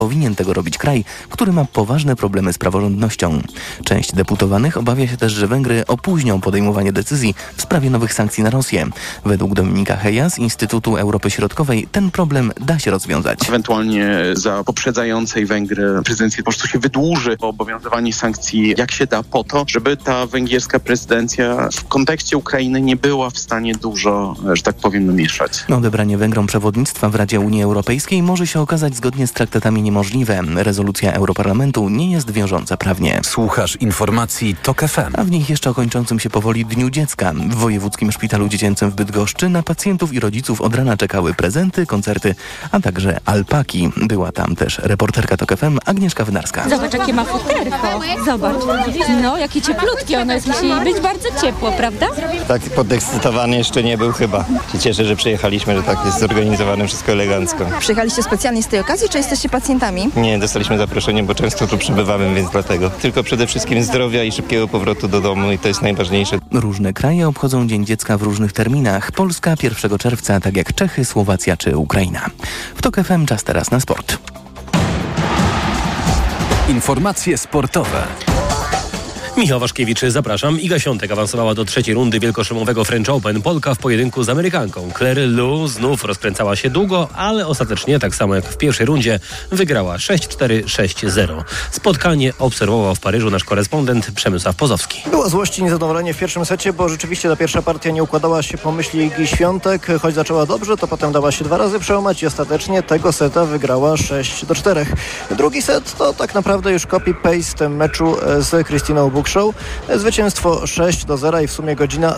powinien tego robić kraj, który ma poważne problemy z praworządnością. Część deputowanych obawia się też, że Węgry opóźnią podejmowanie decyzji w sprawie nowych sankcji na Rosję. Według Dominika Heja z Instytutu Europy Środkowej ten problem da się rozwiązać. Ewentualnie za poprzedzającej Węgry prezydencji po prostu się wydłuży obowiązywanie sankcji jak się da po to, żeby ta węgierska prezydencja w kontekście Ukrainy nie była w stanie dużo, że tak powiem, namieszać. Odebranie Węgrom przewodnictwa w Radzie Unii Europejskiej może się okazać zgodnie z traktatami niemożliwe. Rezolucja Europarlamentu nie jest wiążąca prawnie. Słuchasz informacji TOK FM. A w nich jeszcze o kończącym się powoli Dniu Dziecka. W Wojewódzkim Szpitalu Dziecięcym w Bydgoszczy na pacjentów i rodziców od rana czekały prezenty, koncerty, a także alpaki. Była tam też reporterka TOK FM Agnieszka Wynarska. Zobacz, jakie ma futerko. Zobacz. No, jakie cieplutkie ono jest. Musi być bardzo ciepło, prawda? Tak podekscytowany jeszcze nie był chyba. Się cieszę, że przyjechaliśmy, że tak jest zorganizowane wszystko elegancko. Przyjechaliście specjalnie z tej okazji, czy jesteście pacjentami? Nie, dostaliśmy zaproszenie, bo często tu przebywamy, więc dlatego. Tylko przede wszystkim zdrowia i szybkiego powrotu do domu i to jest najważniejsze. Różne kraje obchodzą Dzień Dziecka w różnych terminach. Polska 1 czerwca, tak jak Czechy, Słowacja czy Ukraina. W TOK FM czas teraz na sport. Informacje sportowe. Michał Waszkiewicz, zapraszam. Iga Świątek awansowała do trzeciej rundy wielkoszlemowego French Open. Polka w pojedynku z Amerykanką. Claire Liu znów rozkręcała się długo, ale ostatecznie, tak samo jak w pierwszej rundzie, wygrała 6-4, 6-0. Spotkanie obserwował w Paryżu nasz korespondent Przemysław Pozowski. Było złości i niezadowolenie w pierwszym secie, bo rzeczywiście ta pierwsza partia nie układała się po myśli Igi Świątek. Choć zaczęła dobrze, to potem dała się 2 razy przełamać i ostatecznie tego seta wygrała 6-4. Drugi set to tak naprawdę już copy-paste meczu z Krystyną Bukszow. Zwycięstwo 6-0 i w sumie godzina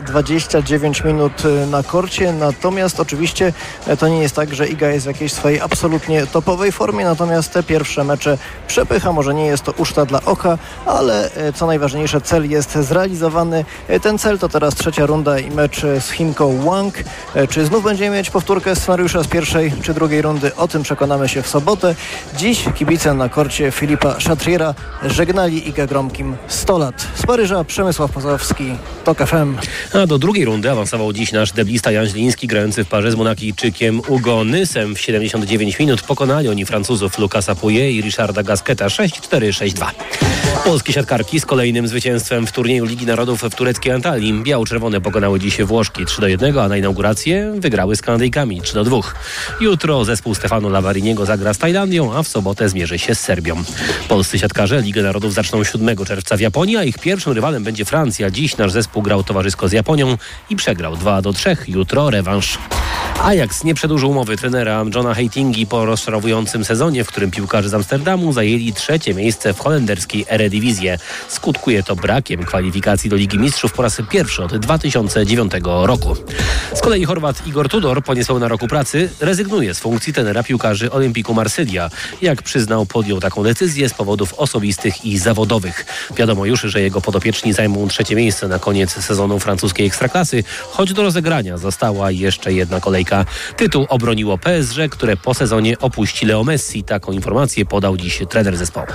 29 minut na korcie. Natomiast oczywiście to nie jest tak, że Iga jest w jakiejś swojej absolutnie topowej formie. Natomiast te pierwsze mecze przepycha. Może nie jest to uczta dla oka, ale co najważniejsze, cel jest zrealizowany. Ten cel to teraz trzecia runda i mecz z Chinką Wang. Czy znów będziemy mieć powtórkę scenariusza z pierwszej czy drugiej rundy? O tym przekonamy się w sobotę. Dziś kibice na korcie Filipa Chatriera żegnali Igę Gromkim 100 lat. Z Paryża Przemysław Pozowski, TOK FM. A do drugiej rundy awansował dziś nasz deblista Jan Zieliński, grający w parze z Monakijczykiem Hugo Nysem. W 79 minut pokonali oni Francuzów Lucasa Pouillet i Richarda Gasqueta 6-4, 6-2. Polskie siatkarki z kolejnym zwycięstwem w turnieju Ligi Narodów w tureckiej Antalii. Biało-czerwone pokonały dziś Włoszki 3-1, a na inaugurację wygrały z Kanadyjkami 3-2. Jutro zespół Stefano Lavariniego zagra z Tajlandią, a w sobotę zmierzy się z Serbią. Polscy siatkarze Ligę Narodów zaczną 7 czerwca w Japonii, a ich pierwszym rywalem będzie Francja. Dziś nasz zespół grał towarzysko z Japonią i przegrał 2-3. Jutro rewanż. Ajax nie przedłużył umowy trenera Johna Heitingi po rozczarowującym sezonie, w którym piłkarze z Amsterdamu zajęli 3. miejsce w holenderskiej Eredivisie. Skutkuje to brakiem kwalifikacji do Ligi Mistrzów po raz pierwszy od 2009 roku. Z kolei Chorwat Igor Tudor po niespełna roku pracy rezygnuje z funkcji trenera piłkarzy Olimpiku Marsylia. Jak przyznał, podjął taką decyzję z powodów osobistych i zawodowych. Wiadomo już, że jego podopieczni zajmą 3. miejsce na koniec sezonu francuskiej Ekstraklasy, choć do rozegrania została jeszcze jedna kolejka. Tytuł obroniło PSG, które po sezonie opuści Leo Messi. Taką informację podał dziś trener zespołu.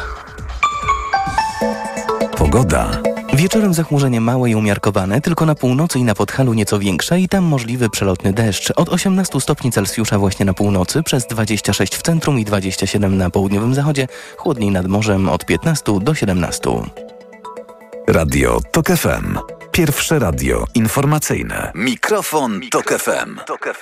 Pogoda. Wieczorem zachmurzenie małe i umiarkowane, tylko na północy i na Podhalu nieco większe i tam możliwy przelotny deszcz. Od 18 stopni Celsjusza właśnie na północy, przez 26 w centrum i 27 na południowym zachodzie, chłodniej nad morzem od 15 do 17. Radio TOK FM. Pierwsze radio informacyjne. Mikrofon TOK FM.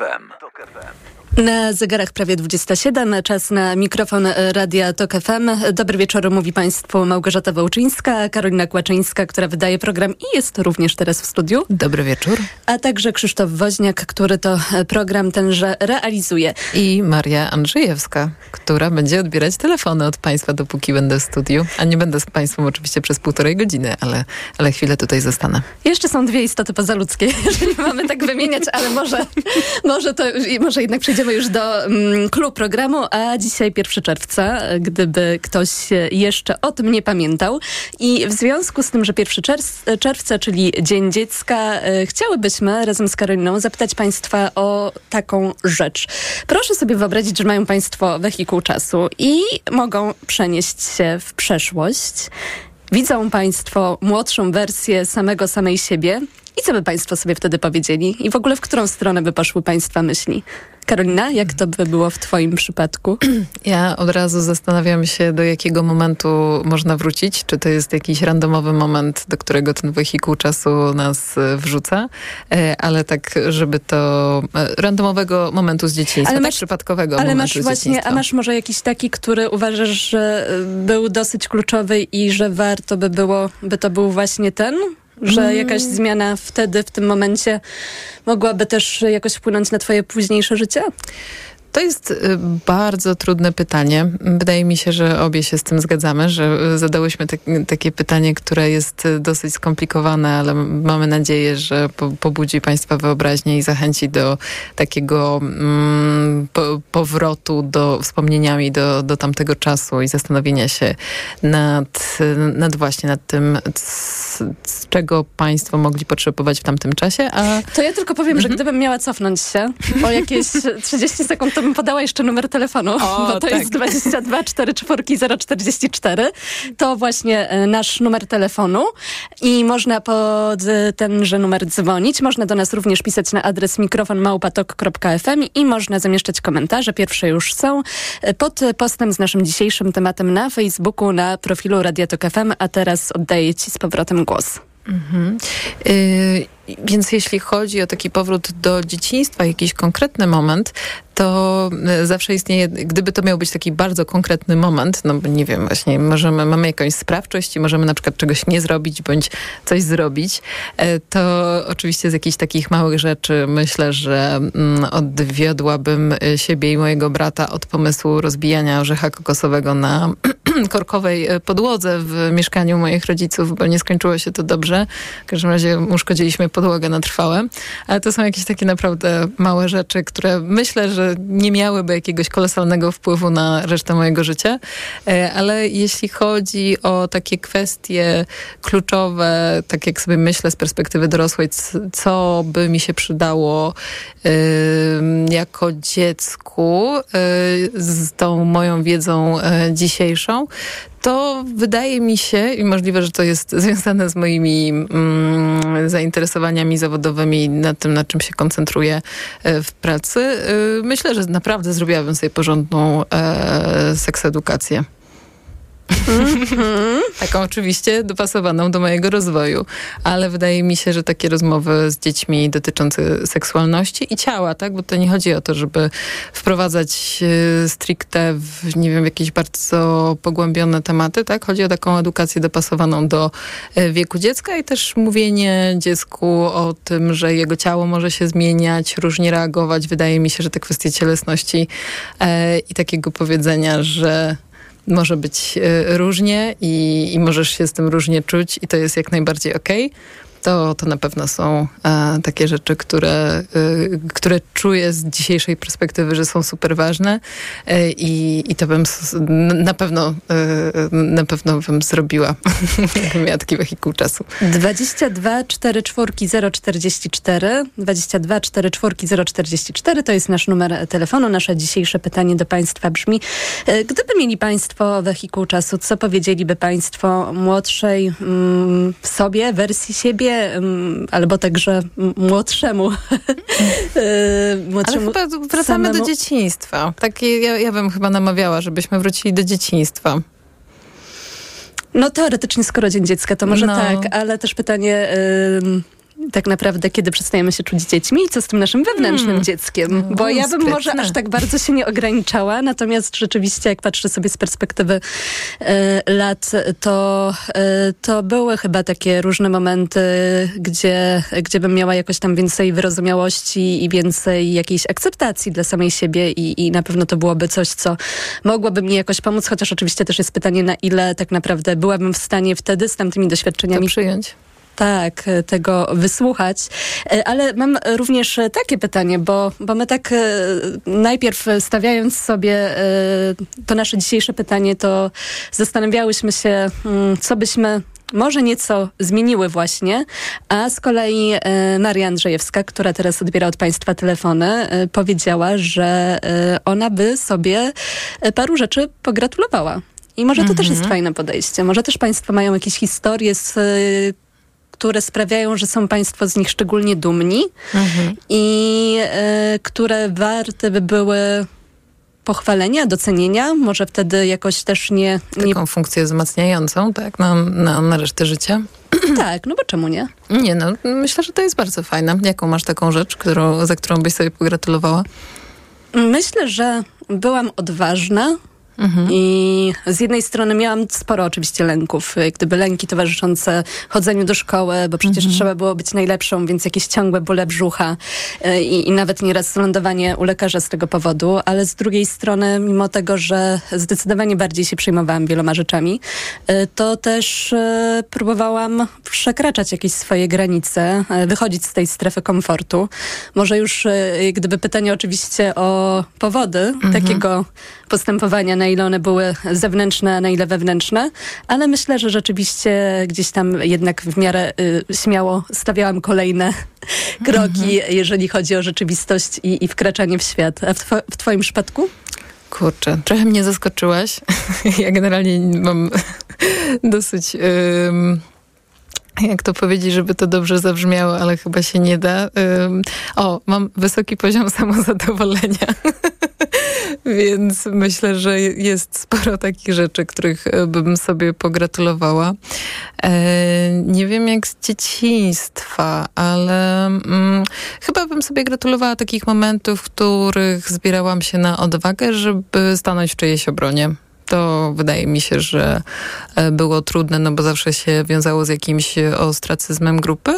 Na zegarach prawie 27, czas na mikrofon Radia TOK FM. Dobry wieczór, mówi Państwu Małgorzata Wołczyńska, Karolina Kłaczyńska, która wydaje program i jest również teraz w studiu. Dobry wieczór. A także Krzysztof Woźniak, który to program tenże realizuje. I Maria Andrzejewska, która będzie odbierać telefony od Państwa, dopóki będę w studiu. A nie będę z Państwem oczywiście przez 1,5 godziny, ale chwilę tutaj zostanę. Jeszcze są 2 istoty pozaludzkie, jeżeli mamy tak wymieniać, ale może jednak przejdziemy już do clou programu, a dzisiaj 1 czerwca, gdyby ktoś jeszcze o tym nie pamiętał. I w związku z tym, że 1 czerwca, czyli Dzień Dziecka, chciałybyśmy razem z Karoliną zapytać Państwa o taką rzecz. Proszę sobie wyobrazić, że mają Państwo wehikuł czasu i mogą przenieść się w przeszłość. Widzą Państwo młodszą wersję samej siebie. I co by Państwo sobie wtedy powiedzieli? I w ogóle w którą stronę by poszły Państwa myśli? Karolina, jak to by było w twoim przypadku? Ja od razu zastanawiam się, do jakiego momentu można wrócić. Czy to jest jakiś randomowy moment, do którego ten wehikuł czasu nas wrzuca, ale tak, żeby to randomowego momentu z dzieciństwa, ale przypadkowego momentu z dzieciństwa. A masz może jakiś taki, który uważasz, że był dosyć kluczowy i że warto by było, by to był właśnie ten? Że jakaś zmiana wtedy, w tym momencie mogłaby też jakoś wpłynąć na twoje późniejsze życie? To jest bardzo trudne pytanie. Wydaje mi się, że obie się z tym zgadzamy, że zadałyśmy takie pytanie, które jest dosyć skomplikowane, ale mamy nadzieję, że pobudzi Państwa wyobraźnię i zachęci do takiego powrotu do wspomnieniami do tamtego czasu i zastanowienia się nad tym, z czego Państwo mogli potrzebować w tamtym czasie. To ja tylko powiem, że gdybym miała cofnąć się o jakieś 30 sekund, to bym podała jeszcze numer telefonu, bo to jest 22 44 044. To właśnie nasz numer telefonu i można pod tenże numer dzwonić. Można do nas również pisać na adres mikrofon@tok.fm i można zamieszczać komentarze. Pierwsze już są pod postem z naszym dzisiejszym tematem na Facebooku, na profilu Radia Tok FM, a teraz oddaję ci z powrotem głos. Więc jeśli chodzi o taki powrót do dzieciństwa, jakiś konkretny moment, to zawsze istnieje, gdyby to miał być taki bardzo konkretny moment, no bo nie wiem, właśnie mamy jakąś sprawczość i możemy na przykład czegoś nie zrobić, bądź coś zrobić, to oczywiście z jakichś takich małych rzeczy myślę, że odwiodłabym siebie i mojego brata od pomysłu rozbijania orzecha kokosowego na korkowej podłodze w mieszkaniu moich rodziców, bo nie skończyło się to dobrze. W każdym razie uszkodziliśmy podłogę na trwałe. Ale to są jakieś takie naprawdę małe rzeczy, które myślę, że nie miałyby jakiegoś kolosalnego wpływu na resztę mojego życia. Ale jeśli chodzi o takie kwestie kluczowe, tak jak sobie myślę z perspektywy dorosłej, co by mi się przydało jako dziecku z tą moją wiedzą dzisiejszą, to wydaje mi się, i możliwe, że to jest związane z moimi zainteresowaniami zawodowymi, na tym, na czym się koncentruję w pracy, myślę, że naprawdę zrobiłabym sobie porządną seksedukację. Taką oczywiście dopasowaną do mojego rozwoju, ale wydaje mi się, że takie rozmowy z dziećmi dotyczące seksualności i ciała, tak? Bo to nie chodzi o to, żeby wprowadzać stricte w, nie wiem, jakieś bardzo pogłębione tematy, tak? Chodzi o taką edukację dopasowaną do wieku dziecka i też mówienie dziecku o tym, że jego ciało może się zmieniać, różnie reagować. Wydaje mi się, że te kwestie cielesności i takiego powiedzenia, że może być różnie i możesz się z tym różnie czuć i to jest jak najbardziej okej. To na pewno są takie rzeczy, które czuję z dzisiejszej perspektywy, że są super ważne i to bym na pewno bym zrobiła, jakbym miała taki wehikuł czasu. 22 44 044 22 44 044 to jest nasz numer telefonu. Nasze dzisiejsze pytanie do Państwa brzmi: gdyby mieli Państwo wehikuł czasu, co powiedzieliby Państwo młodszej sobie, wersji siebie, albo także młodszemu. Ale chyba wracamy do dzieciństwa. Tak, ja bym chyba namawiała, żebyśmy wrócili do dzieciństwa. No teoretycznie, skoro Dzień Dziecka, to może tak, ale też pytanie... tak naprawdę, kiedy przestajemy się czuć dziećmi i co z tym naszym wewnętrznym dzieckiem. Bo ja bym może aż tak bardzo się nie ograniczała, natomiast rzeczywiście, jak patrzę sobie z perspektywy lat, to były chyba takie różne momenty, gdzie bym miała jakoś tam więcej wyrozumiałości i więcej jakiejś akceptacji dla samej siebie i na pewno to byłoby coś, co mogłoby mi jakoś pomóc, chociaż oczywiście też jest pytanie, na ile tak naprawdę byłabym w stanie wtedy z tamtymi doświadczeniami to przyjąć. Tak, tego wysłuchać. Ale mam również takie pytanie, bo my tak najpierw stawiając sobie to nasze dzisiejsze pytanie, to zastanawiałyśmy się, co byśmy może nieco zmieniły właśnie, a z kolei Maria Andrzejewska, która teraz odbiera od Państwa telefony, powiedziała, że ona by sobie paru rzeczy pogratulowała. I może to też jest fajne podejście. Może też Państwo mają jakieś historie, które sprawiają, że są państwo z nich szczególnie dumni i które warte by były pochwalenia, docenienia, może wtedy jakoś też nie... Taką funkcję wzmacniającą, tak, na resztę życia. Tak, no bo czemu nie? Nie, no myślę, że to jest bardzo fajne. Jaką masz taką rzecz, za którą byś sobie pogratulowała? Myślę, że byłam odważna. I z jednej strony miałam sporo oczywiście lęków, jak gdyby lęki towarzyszące chodzeniu do szkoły, bo przecież trzeba było być najlepszą, więc jakieś ciągłe bóle brzucha i nawet nieraz lądowanie u lekarza z tego powodu, ale z drugiej strony, mimo tego, że zdecydowanie bardziej się przejmowałam wieloma rzeczami, to też próbowałam przekraczać jakieś swoje granice, wychodzić z tej strefy komfortu. Może już jak gdyby pytanie oczywiście o powody takiego postępowania, na ile one były zewnętrzne, a na ile wewnętrzne, ale myślę, że rzeczywiście gdzieś tam jednak w miarę śmiało stawiałam kolejne kroki, jeżeli chodzi o rzeczywistość i wkraczanie w świat. A w twoim przypadku? Kurczę, trochę mnie zaskoczyłaś. Ja generalnie mam dosyć... jak to powiedzieć, żeby to dobrze zabrzmiało, ale chyba się nie da. Mam wysoki poziom samozadowolenia. Więc myślę, że jest sporo takich rzeczy, których bym sobie pogratulowała. Nie wiem jak z dzieciństwa, ale chyba bym sobie gratulowała takich momentów, w których zbierałam się na odwagę, żeby stanąć w czyjejś obronie. To wydaje mi się, że było trudne, no bo zawsze się wiązało z jakimś ostracyzmem grupy,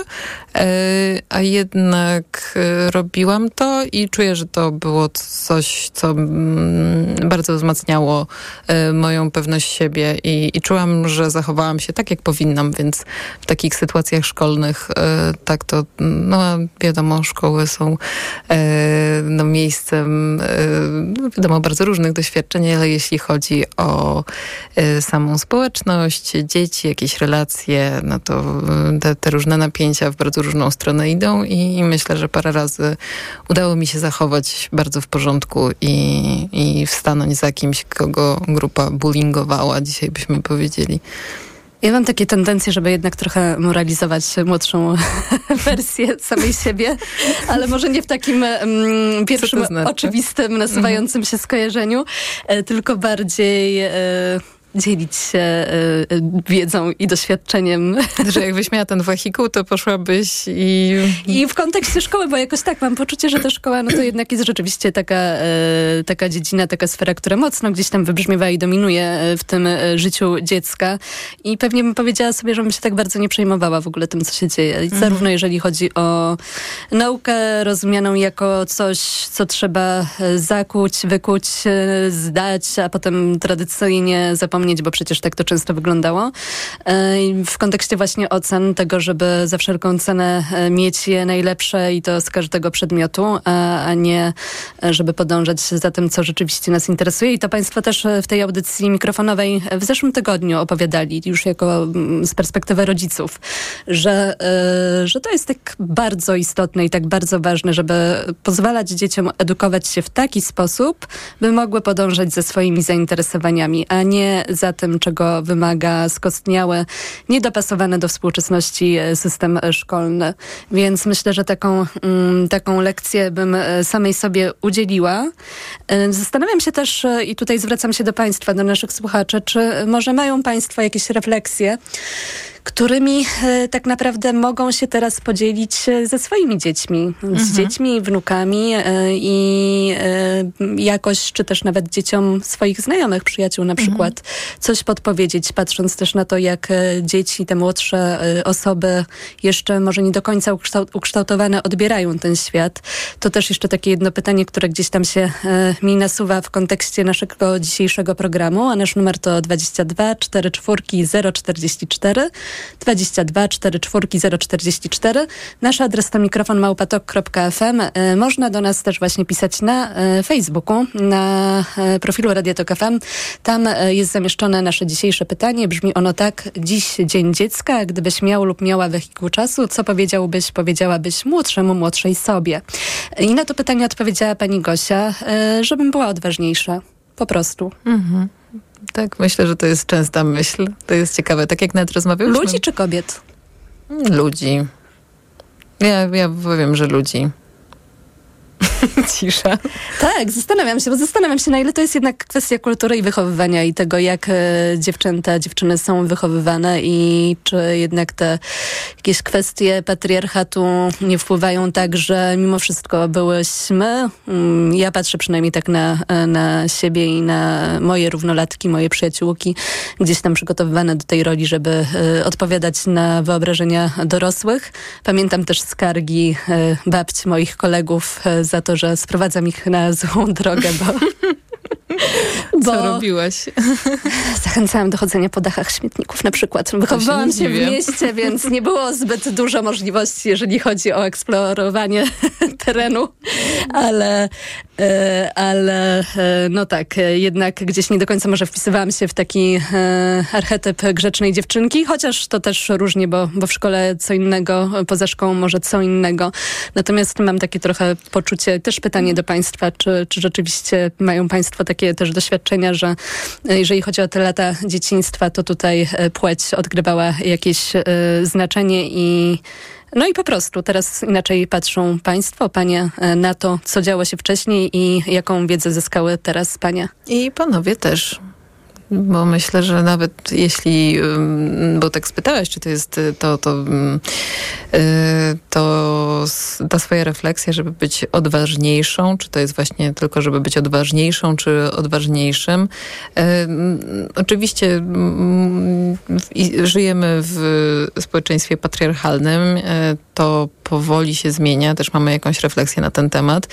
a jednak robiłam to i czuję, że to było coś, co bardzo wzmacniało moją pewność siebie i czułam, że zachowałam się tak, jak powinnam, więc w takich sytuacjach szkolnych tak to, no wiadomo, szkoły są miejscem, wiadomo, bardzo różnych doświadczeń, ale jeśli chodzi o samą społeczność, dzieci, jakieś relacje, no to te różne napięcia w bardzo różną stronę idą i myślę, że parę razy udało mi się zachować bardzo w porządku i wstanąć za kimś, kogo grupa bullyingowała, dzisiaj byśmy powiedzieli. Ja mam takie tendencje, żeby jednak trochę moralizować młodszą wersję samej siebie, ale może nie w takim pierwszym, oczywistym, nasuwającym się skojarzeniu, tylko bardziej... dzielić się wiedzą i doświadczeniem. Że jakbyś miała ten wehikuł, to poszłabyś I w kontekście szkoły, bo jakoś tak mam poczucie, że ta szkoła no to jednak jest rzeczywiście taka dziedzina, taka sfera, która mocno gdzieś tam wybrzmiewa i dominuje w tym życiu dziecka. I pewnie bym powiedziała sobie, że bym się tak bardzo nie przejmowała w ogóle tym, co się dzieje. I zarówno jeżeli chodzi o naukę rozumianą jako coś, co trzeba zakuć, wykuć, zdać, a potem tradycyjnie zapomnieć, bo przecież tak to często wyglądało. W kontekście właśnie ocen, tego, żeby za wszelką cenę mieć je najlepsze i to z każdego przedmiotu, a nie żeby podążać za tym, co rzeczywiście nas interesuje. I to państwo też w tej audycji mikrofonowej w zeszłym tygodniu opowiadali, już z perspektywy rodziców, że to jest tak bardzo istotne i tak bardzo ważne, żeby pozwalać dzieciom edukować się w taki sposób, by mogły podążać za swoimi zainteresowaniami, a nie za tym, czego wymaga skostniały, niedopasowany do współczesności system szkolny. Więc myślę, że taką lekcję bym samej sobie udzieliła. Zastanawiam się też, i tutaj zwracam się do państwa, do naszych słuchaczy, czy może mają państwo jakieś refleksje, którymi tak naprawdę mogą się teraz podzielić ze swoimi dziećmi, z dziećmi, wnukami i jakoś, czy też nawet dzieciom swoich znajomych, przyjaciół na przykład, coś podpowiedzieć, patrząc też na to, jak dzieci, te młodsze osoby, jeszcze może nie do końca ukształtowane, odbierają ten świat. To też jeszcze takie jedno pytanie, które gdzieś tam się mi nasuwa w kontekście naszego dzisiejszego programu, a nasz numer to 22 44 044 22 44 044. Nasz adres to mikrofon@tok.fm. Można do nas też właśnie pisać na Facebooku, na profilu Radia Tok FM. Tam jest zamieszczone nasze dzisiejsze pytanie. Brzmi ono tak: dziś Dzień Dziecka. Gdybyś miał lub miała wehikuł czasu, co powiedziałabyś młodszej sobie? I na to pytanie odpowiedziała pani Gosia, żebym była odważniejsza. Po prostu. Tak, myślę, że to jest częsta myśl. To jest ciekawe. Tak jak nawet rozmawialiśmy... Ludzi czy kobiet? Ludzi. Ja powiem, że ludzi. Cisza. Tak, zastanawiam się, na ile to jest jednak kwestia kultury i wychowywania i tego, jak dziewczyny są wychowywane i czy jednak te jakieś kwestie patriarchatu nie wpływają tak, że mimo wszystko byłyśmy, ja patrzę przynajmniej tak na siebie i na moje równolatki, moje przyjaciółki, gdzieś tam przygotowywane do tej roli, żeby odpowiadać na wyobrażenia dorosłych. Pamiętam też skargi babci moich kolegów za to, że sprowadzam ich na złą drogę, Co robiłaś? Zachęcałam do chodzenia po dachach śmietników na przykład. Wychowywałam się w mieście, więc nie było zbyt dużo możliwości, jeżeli chodzi o eksplorowanie terenu, ale no tak, jednak gdzieś nie do końca może wpisywałam się w taki archetyp grzecznej dziewczynki, chociaż to też różnie, bo w szkole co innego, poza szkołą może co innego. Natomiast mam takie trochę poczucie, też pytanie do państwa, czy rzeczywiście mają państwo takie też doświadczenia, że jeżeli chodzi o te lata dzieciństwa, to tutaj płeć odgrywała jakieś znaczenie i po prostu teraz inaczej patrzą państwo, panie, na to, co działo się wcześniej i jaką wiedzę zyskały teraz panie. I panowie też. Bo myślę, że nawet jeśli, bo tak spytałaś, czy to jest ta swoja refleksja, żeby być odważniejszą, czy to jest właśnie tylko, żeby być odważniejszą, czy odważniejszym. Oczywiście żyjemy w społeczeństwie patriarchalnym, to powoli się zmienia, też mamy jakąś refleksję na ten temat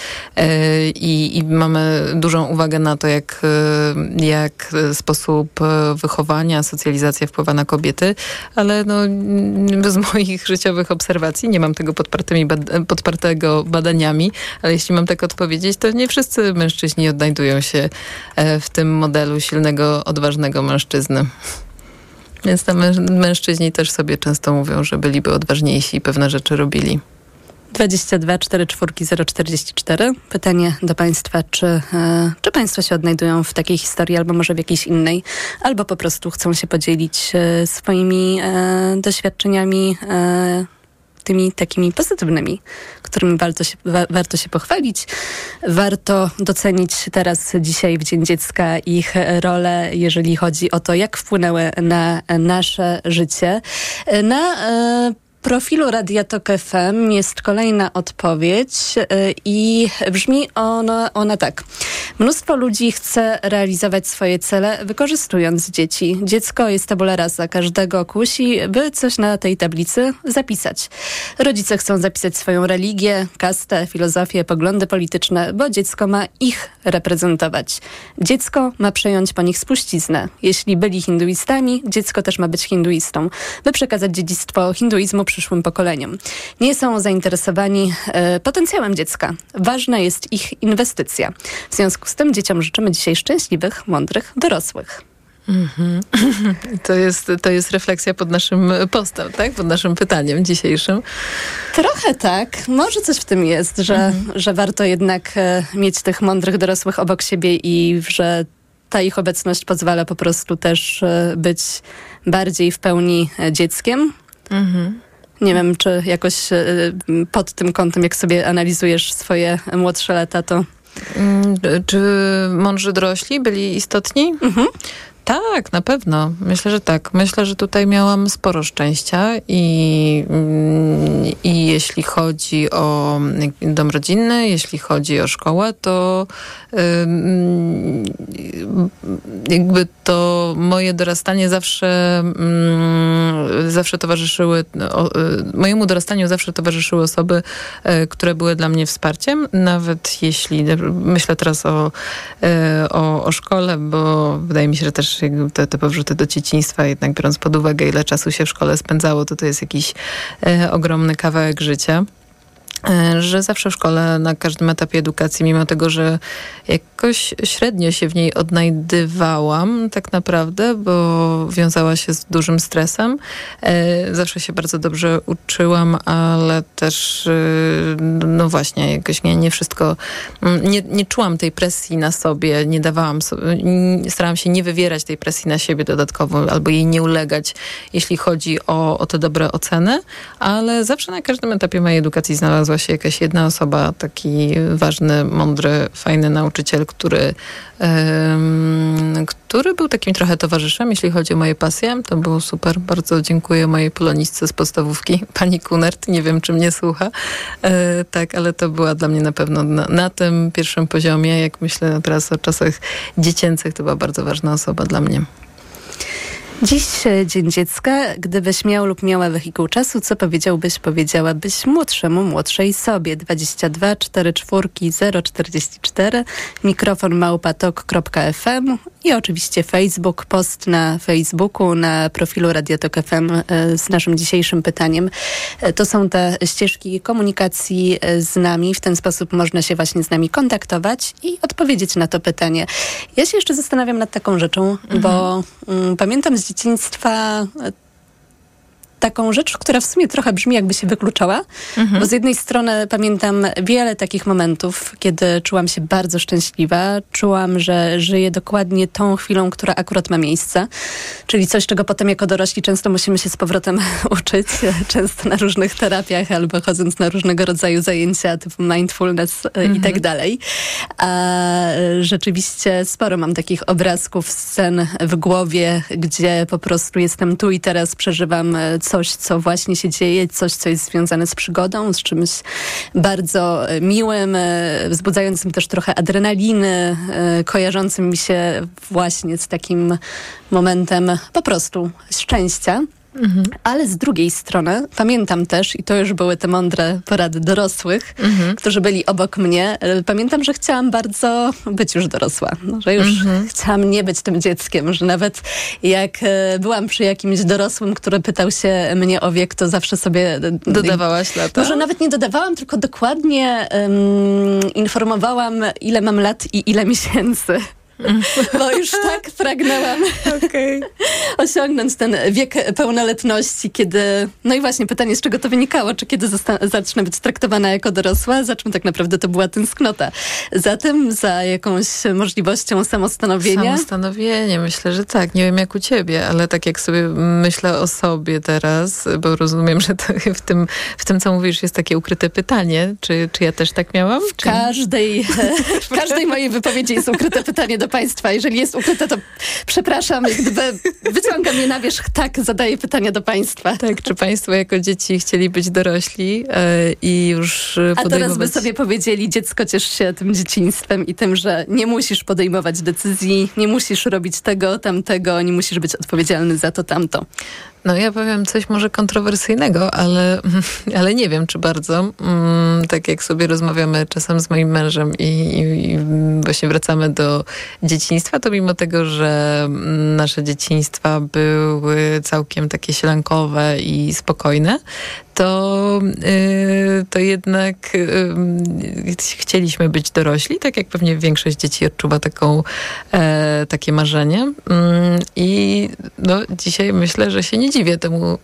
i mamy dużą uwagę na to, jak sposób wychowania, socjalizacja wpływa na kobiety, ale z moich życiowych obserwacji, nie mam tego podpartego badaniami, ale jeśli mam tak odpowiedzieć, to nie wszyscy mężczyźni odnajdują się w tym modelu silnego, odważnego mężczyzny. Więc mężczyźni też sobie często mówią, że byliby odważniejsi i pewne rzeczy robili. 22 44 044. Pytanie do państwa, czy państwo się odnajdują w takiej historii, albo może w jakiejś innej, albo po prostu chcą się podzielić swoimi doświadczeniami, tymi takimi pozytywnymi, którymi warto się pochwalić. Warto docenić dzisiaj w Dzień Dziecka ich rolę, jeżeli chodzi o to, jak wpłynęły na nasze życie. Na profilu Radia Tok FM jest kolejna odpowiedź i brzmi ona tak. Mnóstwo ludzi chce realizować swoje cele, wykorzystując dzieci. Dziecko jest tabula rasa. Każdego kusi, by coś na tej tablicy zapisać. Rodzice chcą zapisać swoją religię, kastę, filozofię, poglądy polityczne, bo dziecko ma ich reprezentować. Dziecko ma przejąć po nich spuściznę. Jeśli byli hinduistami, dziecko też ma być hinduistą, by przekazać dziedzictwo hinduizmu przyszłym pokoleniom. Nie są zainteresowani potencjałem dziecka. Ważna jest ich inwestycja. W związku z tym dzieciom życzymy dzisiaj szczęśliwych, mądrych dorosłych. Mm-hmm. To jest refleksja pod naszym postem, tak? Pod naszym pytaniem dzisiejszym. Trochę tak. Może coś w tym jest, że warto jednak mieć tych mądrych dorosłych obok siebie i że ta ich obecność pozwala po prostu też być bardziej w pełni dzieckiem. Mm-hmm. Nie wiem, czy jakoś pod tym kątem, jak sobie analizujesz swoje młodsze lata, to... Czy mądrzy dorośli byli istotni? Mhm. Tak, na pewno. Myślę, że tak. Myślę, że tutaj miałam sporo szczęścia i jeśli chodzi o dom rodzinny, jeśli chodzi o szkołę, to jakby to moje dorastanie zawsze towarzyszyły, mojemu dorastaniu zawsze towarzyszyły osoby, które były dla mnie wsparciem, nawet jeśli, myślę teraz o szkole, bo wydaje mi się, że też te powroty do dzieciństwa, jednak biorąc pod uwagę, ile czasu się w szkole spędzało, to jest jakiś ogromny kawałek życia. że zawsze w szkole, na każdym etapie edukacji, mimo tego, że jakoś średnio się w niej odnajdywałam tak naprawdę, bo wiązała się z dużym stresem. Zawsze się bardzo dobrze uczyłam, ale też no właśnie, jakoś nie wszystko, nie czułam tej presji na sobie, nie dawałam sobie, starałam się nie wywierać tej presji na siebie dodatkowo, albo jej nie ulegać, jeśli chodzi o te dobre oceny, ale zawsze na każdym etapie mojej edukacji znalazła się jakaś jedna osoba, taki ważny, mądry, fajny nauczyciel, który był takim trochę towarzyszem, jeśli chodzi o moje pasje. To było super. Bardzo dziękuję mojej polonistce z podstawówki, pani Kunert. Nie wiem, czy mnie słucha. Tak, ale to była dla mnie na pewno na tym pierwszym poziomie. Jak myślę teraz o czasach dziecięcych, to była bardzo ważna osoba dla mnie. Dziś Dzień Dziecka. Gdybyś miał lub miała wehikuł czasu, co powiedziałabyś młodszej sobie? 22 44 044, mikrofon @tok.fm i oczywiście Facebook, post na Facebooku, na profilu Radio Tok FM z naszym dzisiejszym pytaniem. To są te ścieżki komunikacji z nami. W ten sposób można się właśnie z nami kontaktować i odpowiedzieć na to pytanie. Ja się jeszcze zastanawiam nad taką rzeczą, bo pamiętam z dzieciństwa taką rzecz, która w sumie trochę brzmi, jakby się wykluczała, bo z jednej strony pamiętam wiele takich momentów, kiedy czułam się bardzo szczęśliwa, czułam, że żyję dokładnie tą chwilą, która akurat ma miejsce, czyli coś, czego potem jako dorośli często musimy się z powrotem uczyć, często na różnych terapiach albo chodząc na różnego rodzaju zajęcia typu mindfulness i tak dalej. A rzeczywiście sporo mam takich obrazków, scen w głowie, gdzie po prostu jestem tu i teraz, przeżywam coś, co właśnie się dzieje, coś, co jest związane z przygodą, z czymś bardzo miłym, wzbudzającym też trochę adrenaliny, kojarzącym mi się właśnie z takim momentem po prostu szczęścia. Ale z drugiej strony pamiętam też, i to już były te mądre porady dorosłych, którzy byli obok mnie, pamiętam, że chciałam bardzo być już dorosła, że już chciałam nie być tym dzieckiem, że nawet jak byłam przy jakimś dorosłym, który pytał się mnie o wiek, to zawsze sobie... Dodawałaś lata? Może nawet nie dodawałam, tylko dokładnie informowałam, ile mam lat i ile miesięcy. Bo już tak pragnęłam osiągnąć ten wiek pełnoletności, kiedy... No i właśnie pytanie, z czego to wynikało? Czy kiedy zacznę być traktowana jako dorosła? Za czym tak naprawdę to była tęsknota? Za tym, za jakąś możliwością samostanowienia? Samostanowienie, myślę, że tak. Nie wiem jak u ciebie, ale tak jak sobie myślę o sobie teraz, bo rozumiem, że to w tym, co mówisz, jest takie ukryte pytanie. Czy ja też tak miałam? W każdej mojej wypowiedzi jest ukryte pytanie do państwa. Jeżeli jest ukryte, to przepraszam, jak gdyby wyciągam je na wierzch. Tak, zadaję pytania do państwa. Tak, czy państwo jako dzieci chcieli być dorośli i już podejmować... A teraz by sobie powiedzieli, dziecko, ciesz się tym dzieciństwem i tym, że nie musisz podejmować decyzji, nie musisz robić tego, tamtego, nie musisz być odpowiedzialny za to, tamto. No ja powiem coś może kontrowersyjnego, ale nie wiem, czy bardzo. Tak jak sobie rozmawiamy czasem z moim mężem i właśnie wracamy do dzieciństwa, to mimo tego, że nasze dzieciństwa były całkiem takie sielankowe i spokojne, to jednak chcieliśmy być dorośli, tak jak pewnie większość dzieci odczuwa takie marzenie. I no, dzisiaj myślę, że się nie dziwię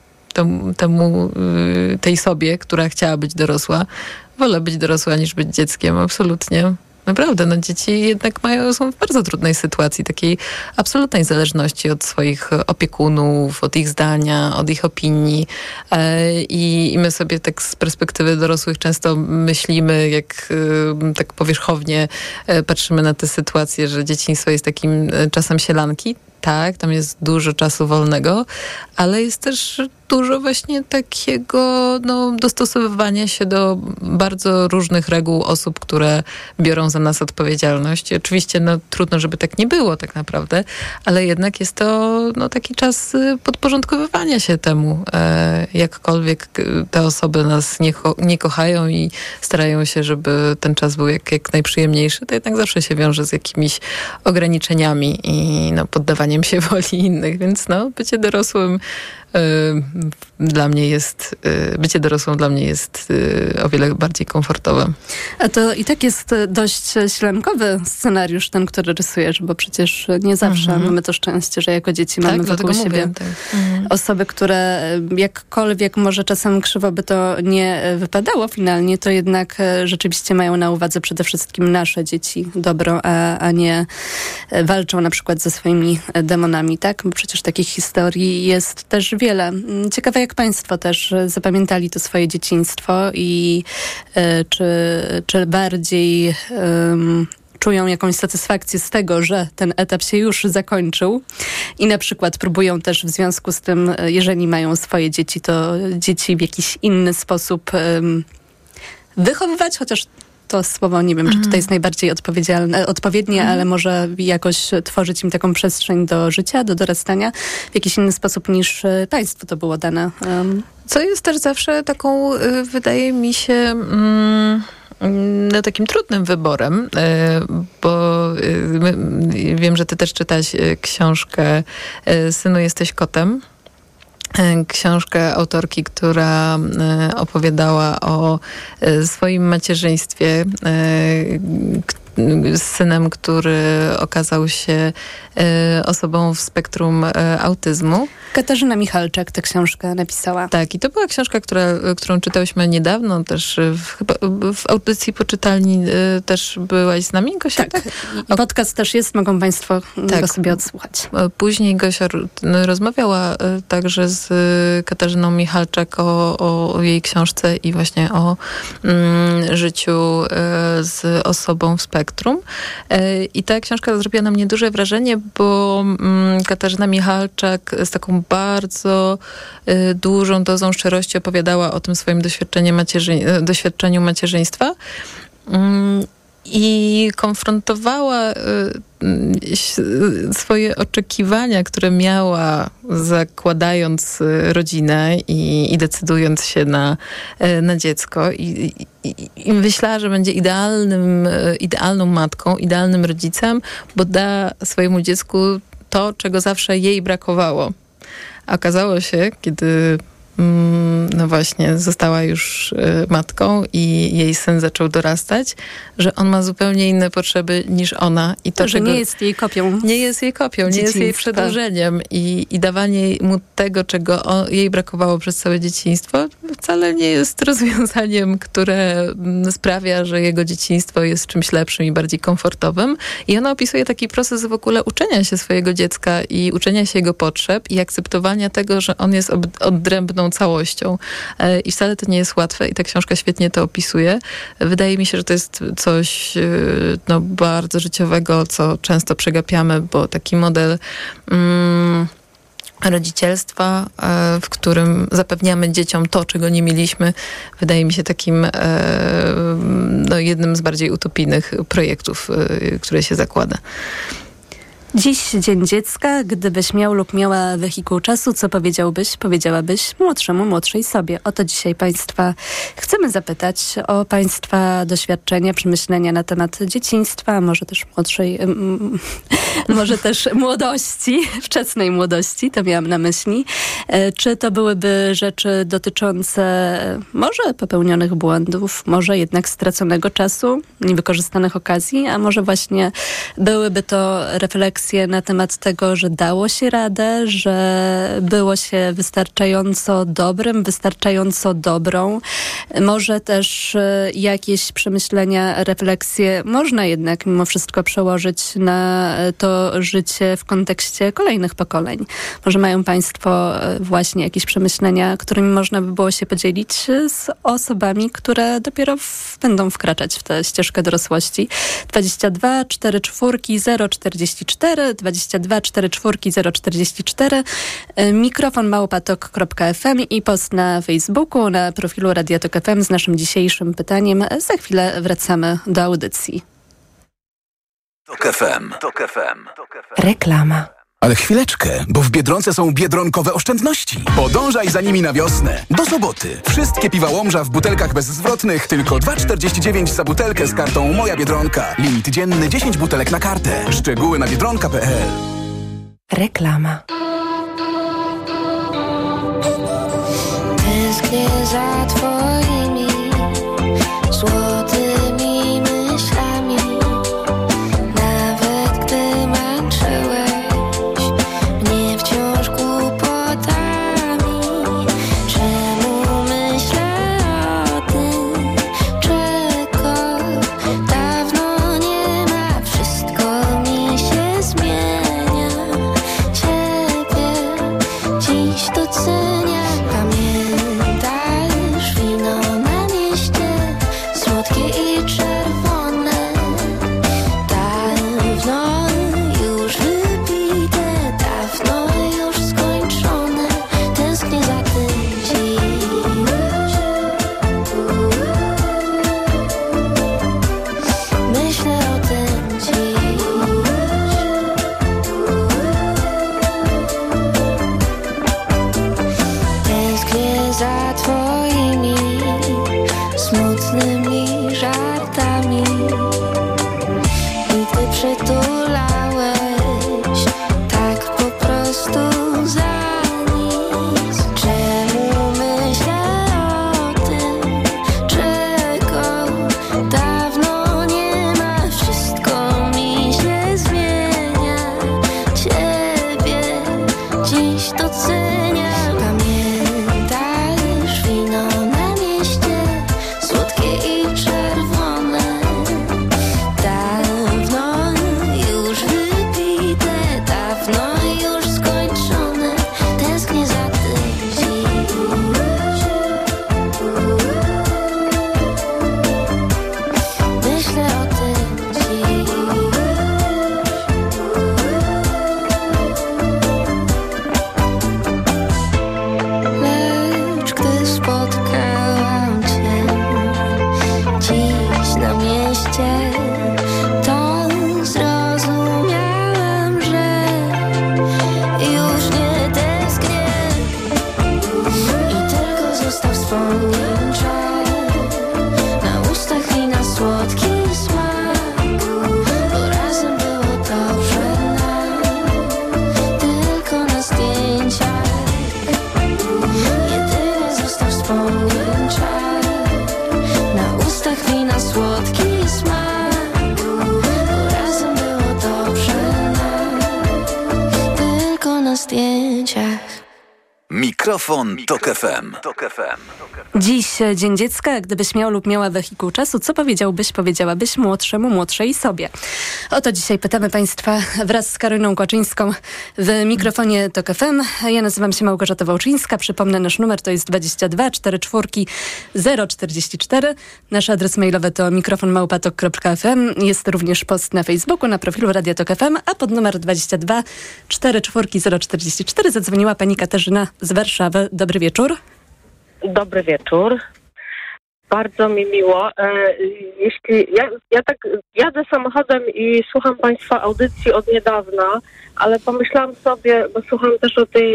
tej sobie, która chciała być dorosła. Wolę być dorosła niż być dzieckiem, absolutnie. Naprawdę, no dzieci jednak są w bardzo trudnej sytuacji, takiej absolutnej zależności od swoich opiekunów, od ich zdania, od ich opinii. I my sobie tak z perspektywy dorosłych często myślimy, jak tak powierzchownie patrzymy na tę sytuację, że dzieciństwo jest takim czasem sielanki. Tak, tam jest dużo czasu wolnego, ale jest też dużo właśnie takiego dostosowywania się do bardzo różnych reguł osób, które biorą za nas odpowiedzialność. I oczywiście trudno, żeby tak nie było tak naprawdę, ale jednak jest to taki czas podporządkowywania się temu. Jakkolwiek te osoby nas nie kochają i starają się, żeby ten czas był jak najprzyjemniejszy, to jednak zawsze się wiąże z jakimiś ograniczeniami i poddawaniem domaganiem się woli innych, więc bycie dorosłym bycie dorosłą dla mnie jest o wiele bardziej komfortowe. A to i tak jest dość ślankowy scenariusz, ten, który rysujesz, bo przecież nie zawsze mamy to szczęście, że jako dzieci mamy wokół siebie osoby, które jakkolwiek może czasem krzywo by to nie wypadało finalnie, to jednak rzeczywiście mają na uwadze przede wszystkim nasze dzieci dobro, a nie walczą na przykład ze swoimi demonami, tak? Bo przecież takich historii jest też wiele. Ciekawe, jak państwo też zapamiętali to swoje dzieciństwo i czy bardziej czują jakąś satysfakcję z tego, że ten etap się już zakończył i na przykład próbują też w związku z tym, jeżeli mają swoje dzieci, to dzieci w jakiś inny sposób wychowywać, chociaż to słowo nie wiem, czy tutaj jest najbardziej odpowiednie, ale może jakoś tworzyć im taką przestrzeń do życia, do dorastania w jakiś inny sposób niż państwu to było dane. Co jest też zawsze taką, wydaje mi się, takim trudnym wyborem, bo wiem, że ty też czytałaś książkę Synu, jesteś kotem. Książkę autorki, która opowiadała o swoim macierzyństwie z synem, który okazał się osobą w spektrum autyzmu. Katarzyna Michalczak tę książkę napisała. Tak, i to była książka, którą czytałyśmy niedawno, też chyba w audycji poczytalni też byłaś z nami, Gosia? Tak. Podcast też jest, mogą państwo go sobie odsłuchać. Później Gosia rozmawiała także z Katarzyną Michalczak o jej książce i właśnie o życiu z osobą w spektrum. I ta książka zrobiła na mnie duże wrażenie, bo Katarzyna Michalczak z taką bardzo dużą dozą szczerości opowiadała o tym swoim doświadczeniu macierzyństwa i konfrontowała swoje oczekiwania, które miała zakładając rodzinę i decydując się na dziecko. I myślała, że będzie idealną matką, idealnym rodzicem, bo da swojemu dziecku to, czego zawsze jej brakowało. A okazało się, kiedy właśnie została już matką i jej syn zaczął dorastać, że on ma zupełnie inne potrzeby niż ona. I to, że nie jest jej kopią. Nie jest jej kopią, nie jest jej przedłużeniem. I dawanie mu tego, czego jej brakowało przez całe dzieciństwo, wcale nie jest rozwiązaniem, które sprawia, że jego dzieciństwo jest czymś lepszym i bardziej komfortowym. I ona opisuje taki proces w ogóle uczenia się swojego dziecka i uczenia się jego potrzeb i akceptowania tego, że on jest odrębną całością. I wcale to nie jest łatwe i ta książka świetnie to opisuje. Wydaje mi się, że to jest coś bardzo życiowego, co często przegapiamy, bo taki model rodzicielstwa, w którym zapewniamy dzieciom to, czego nie mieliśmy, wydaje mi się takim jednym z bardziej utopijnych projektów, które się zakłada. Dziś Dzień Dziecka. Gdybyś miał lub miała wehikuł czasu, co powiedziałabyś młodszej sobie? O to dzisiaj państwa chcemy zapytać, o państwa doświadczenia, przemyślenia na temat dzieciństwa, może też może też młodości, wczesnej młodości, to miałam na myśli. Czy to byłyby rzeczy dotyczące może popełnionych błędów, może jednak straconego czasu, niewykorzystanych okazji, a może właśnie byłyby to refleksje na temat tego, że dało się radę, że było się wystarczająco dobrym, wystarczająco dobrą. Może też jakieś przemyślenia, refleksje można jednak mimo wszystko przełożyć na to życie w kontekście kolejnych pokoleń. Może mają państwo właśnie jakieś przemyślenia, którymi można by było się podzielić z osobami, które dopiero będą wkraczać w tę ścieżkę dorosłości. 22 44 044 22 44 044 mikrofon@tok.fm i post na Facebooku, na profilu Radia Tok FM z naszym dzisiejszym pytaniem. Za chwilę wracamy do audycji. Tok FM. Reklama. Ale chwileczkę, bo w Biedronce są biedronkowe oszczędności. Podążaj za nimi na wiosnę. Do soboty. Wszystkie piwa Łomża w butelkach bezzwrotnych tylko 2,49 za butelkę z kartą Moja Biedronka. Limit dzienny 10 butelek na kartę. Szczegóły na biedronka.pl. Reklama. Tęsknię za twoimi złotymi myślami. Nawet gdy męczyłeś mnie wciąż kłopotami. Czemu myślę o tym, czego dawno nie ma? Wszystko mi się zmienia. Ciebie dziś doceniam. Pamiętasz wino na mieście, słodkie i czerwone, dawno już wypite, dawno już skończone. Tęsknię za tym dziś. Myślę o tym dziś. Tęsknię za twoimi smutnymi żartami. I gdy przytulałeś tak po prostu za nic. Czemu myślę o tym, czego dawno nie ma? Wszystko mi się zmienia. Ciebie dziś doceniam. Pamiętasz wino na mieście, słodkie i czerwone, dawno już wypite, dawno już skończone. Tęsknię za tym dziś. Myślę o tym dziś. Lecz gdy spotkałam cię dziś na mieście, to zrozumiałam, że już nie tęsknię i tylko został wspomnień czar. Na ustach wina słodki smak, bo razem było dobrze nam, tylko na zdjęciach. Jedynie został wspomnień czar. Na ustach wina słodki smak, bo razem było dobrze nam, tylko na zdjęciach. Mikrofon Tok FM. Dziś Dzień Dziecka. Gdybyś miał lub miała wehikuł czasu, co powiedziałabyś młodszemu, młodszej sobie? O to dzisiaj pytamy Państwa wraz z Karoliną Kłaczyńską w mikrofonie Tok FM. Ja nazywam się Małgorzata Wołczyńska. Przypomnę, nasz numer to jest 22 44 044. Nasz adres mailowy to mikrofon@tok.fm. Jest również post na Facebooku, na profilu Radia Tok FM, a pod numer 22 44 044 zadzwoniła pani Katarzyna z Warszawy. Dobry wieczór. Dobry wieczór. Bardzo mi miło. Jeśli ja tak jadę samochodem i słucham Państwa audycji od niedawna, ale pomyślałam sobie, bo słucham też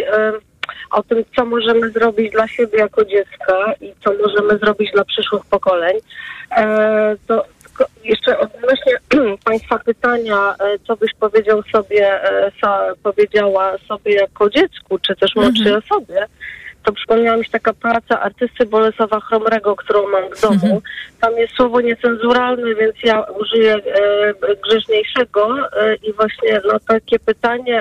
o tym, co możemy zrobić dla siebie jako dziecka i co możemy zrobić dla przyszłych pokoleń. To jeszcze odnośnie Państwa pytania, co byś powiedziała sobie jako dziecku, czy też młodszej osobie, to przypomniała mi się taka praca artysty Bolesława Chromrego, którą mam w domu. Tam jest słowo niecenzuralne, więc ja użyję grzeczniejszego i właśnie takie pytanie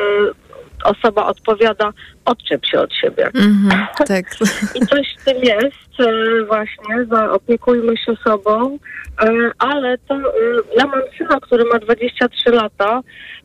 osoba odpowiada: odczep się od siebie. Tak. I coś w tym jest właśnie, zaopiekujmy się sobą, ale to ja mam syna, który ma 23 lata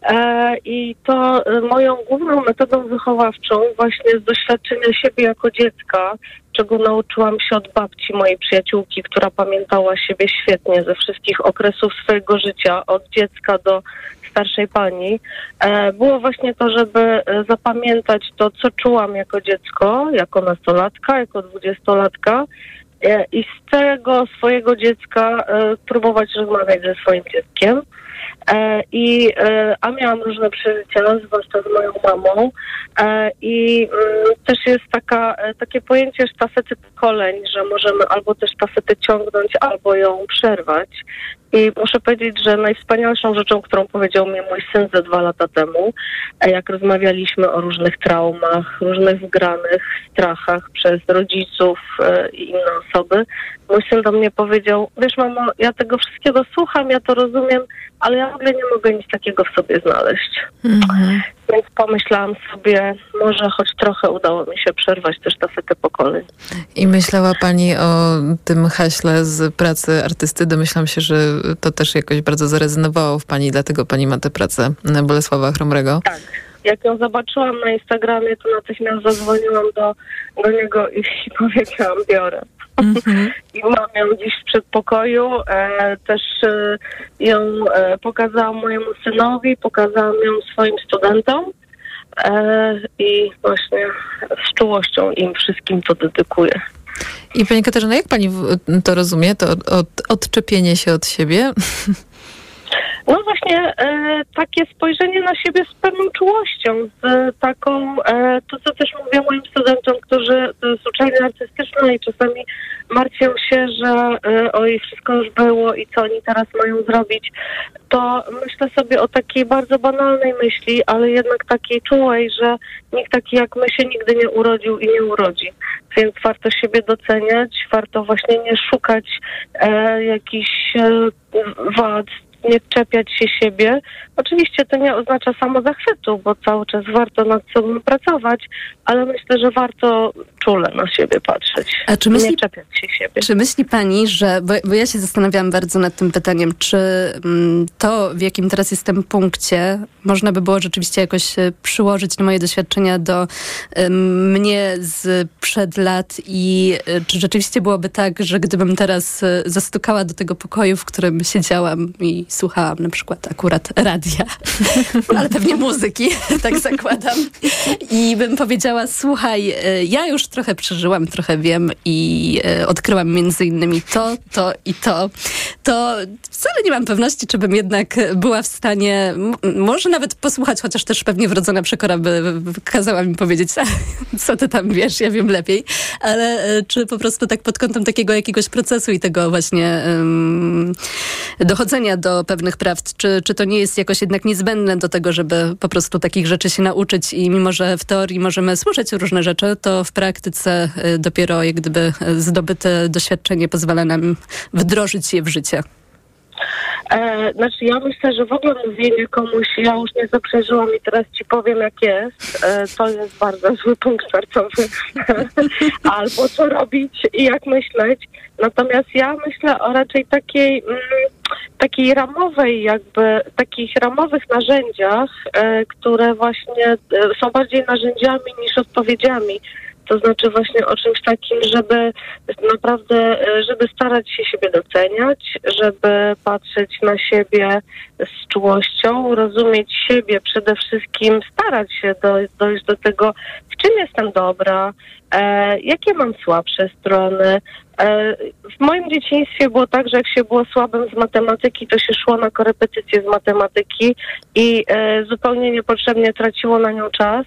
i to moją główną metodą wychowawczą właśnie z doświadczenia siebie jako dziecka, czego nauczyłam się od babci mojej przyjaciółki, która pamiętała siebie świetnie ze wszystkich okresów swojego życia, od dziecka do starszej pani, było właśnie to, żeby zapamiętać to, co czułam jako dziecko, jako nastolatka, jako 20-latka i z tego swojego dziecka próbować rozmawiać ze swoim dzieckiem. A miałam różne przeżycia, zwłaszcza z moją mamą. I też jest takie pojęcie sztafety pokoleń, że możemy albo też sztafetę ciągnąć, albo ją przerwać. I muszę powiedzieć, że najwspanialszą rzeczą, którą powiedział mi mój syn ze 2 lata temu, jak rozmawialiśmy o różnych traumach, różnych wgranych strachach przez rodziców i inne osoby, mój syn do mnie powiedział: wiesz, mamo, ja tego wszystkiego słucham, ja to rozumiem, ale ja w ogóle nie mogę nic takiego w sobie znaleźć. Więc pomyślałam sobie, może choć trochę udało mi się przerwać też sztafetę pokoleń. I myślała pani o tym haśle z pracy artysty. Domyślam się, że to też jakoś bardzo zarezonowało w pani, dlatego pani ma tę pracę Bolesława Chromrego. Tak. Jak ją zobaczyłam na Instagramie, to natychmiast zadzwoniłam do niego i powiedziałam: biorę. I mam ją dziś w przedpokoju. Też ją pokazałam mojemu synowi, pokazałam ją swoim studentom i właśnie z czułością im wszystkim to dedykuję. I pani Katarzyna, jak pani to rozumie, to odczepienie się od siebie? No właśnie takie spojrzenie na siebie z pewną czułością, z taką, to co też mówię moim studentom, którzy z uczelni artystycznej czasami martwią się, że oj, wszystko już było i co oni teraz mają zrobić, to myślę sobie o takiej bardzo banalnej myśli, ale jednak takiej czułej, że nikt taki jak my się nigdy nie urodził i nie urodzi. Więc warto siebie doceniać, warto właśnie nie szukać jakichś wad, nie czepiać się siebie. Oczywiście to nie oznacza samozachwytu, bo cały czas warto nad sobą pracować, ale myślę, że warto czule na siebie patrzeć. A czy myśli, nie czepiać się siebie. Czy myśli pani, że, bo ja się zastanawiałam bardzo nad tym pytaniem, czy to, w jakim teraz jestem punkcie, można by było rzeczywiście jakoś przyłożyć na moje doświadczenia do mnie z przed lat i czy rzeczywiście byłoby tak, że gdybym teraz zastukała do tego pokoju, w którym siedziałam i słuchałam na przykład akurat radia, ale pewnie muzyki, tak zakładam, i bym powiedziała: słuchaj, ja już trochę przeżyłam, trochę wiem i odkryłam między innymi to i to wcale nie mam pewności, czy bym jednak była w stanie, może nawet posłuchać, chociaż też pewnie wrodzona przekora by kazała mi powiedzieć: co ty tam wiesz, ja wiem lepiej, ale czy po prostu tak pod kątem takiego jakiegoś procesu i tego właśnie dochodzenia do pewnych prawd, czy to nie jest jakoś jednak niezbędne do tego, żeby po prostu takich rzeczy się nauczyć i mimo, że w teorii możemy słyszeć różne rzeczy, to w praktyce dopiero jak gdyby zdobyte doświadczenie pozwala nam wdrożyć je w życie. Znaczy ja myślę, że w ogóle mówienie komuś: ja już nie przeżyłam i teraz ci powiem jak jest, to jest bardzo zły punkt startowy. Albo co robić i jak myśleć. Natomiast ja myślę o raczej takiej ramowej, jakby takich ramowych narzędziach, które właśnie są bardziej narzędziami niż odpowiedziami. To znaczy właśnie o czymś takim, żeby naprawdę, żeby starać się siebie doceniać, żeby patrzeć na siebie z czułością, rozumieć siebie przede wszystkim, starać się dojść do tego, w czym jestem dobra, jakie mam słabsze strony. W moim dzieciństwie było tak, że jak się było słabym z matematyki, to się szło na korepetycje z matematyki i zupełnie niepotrzebnie traciło na nią czas,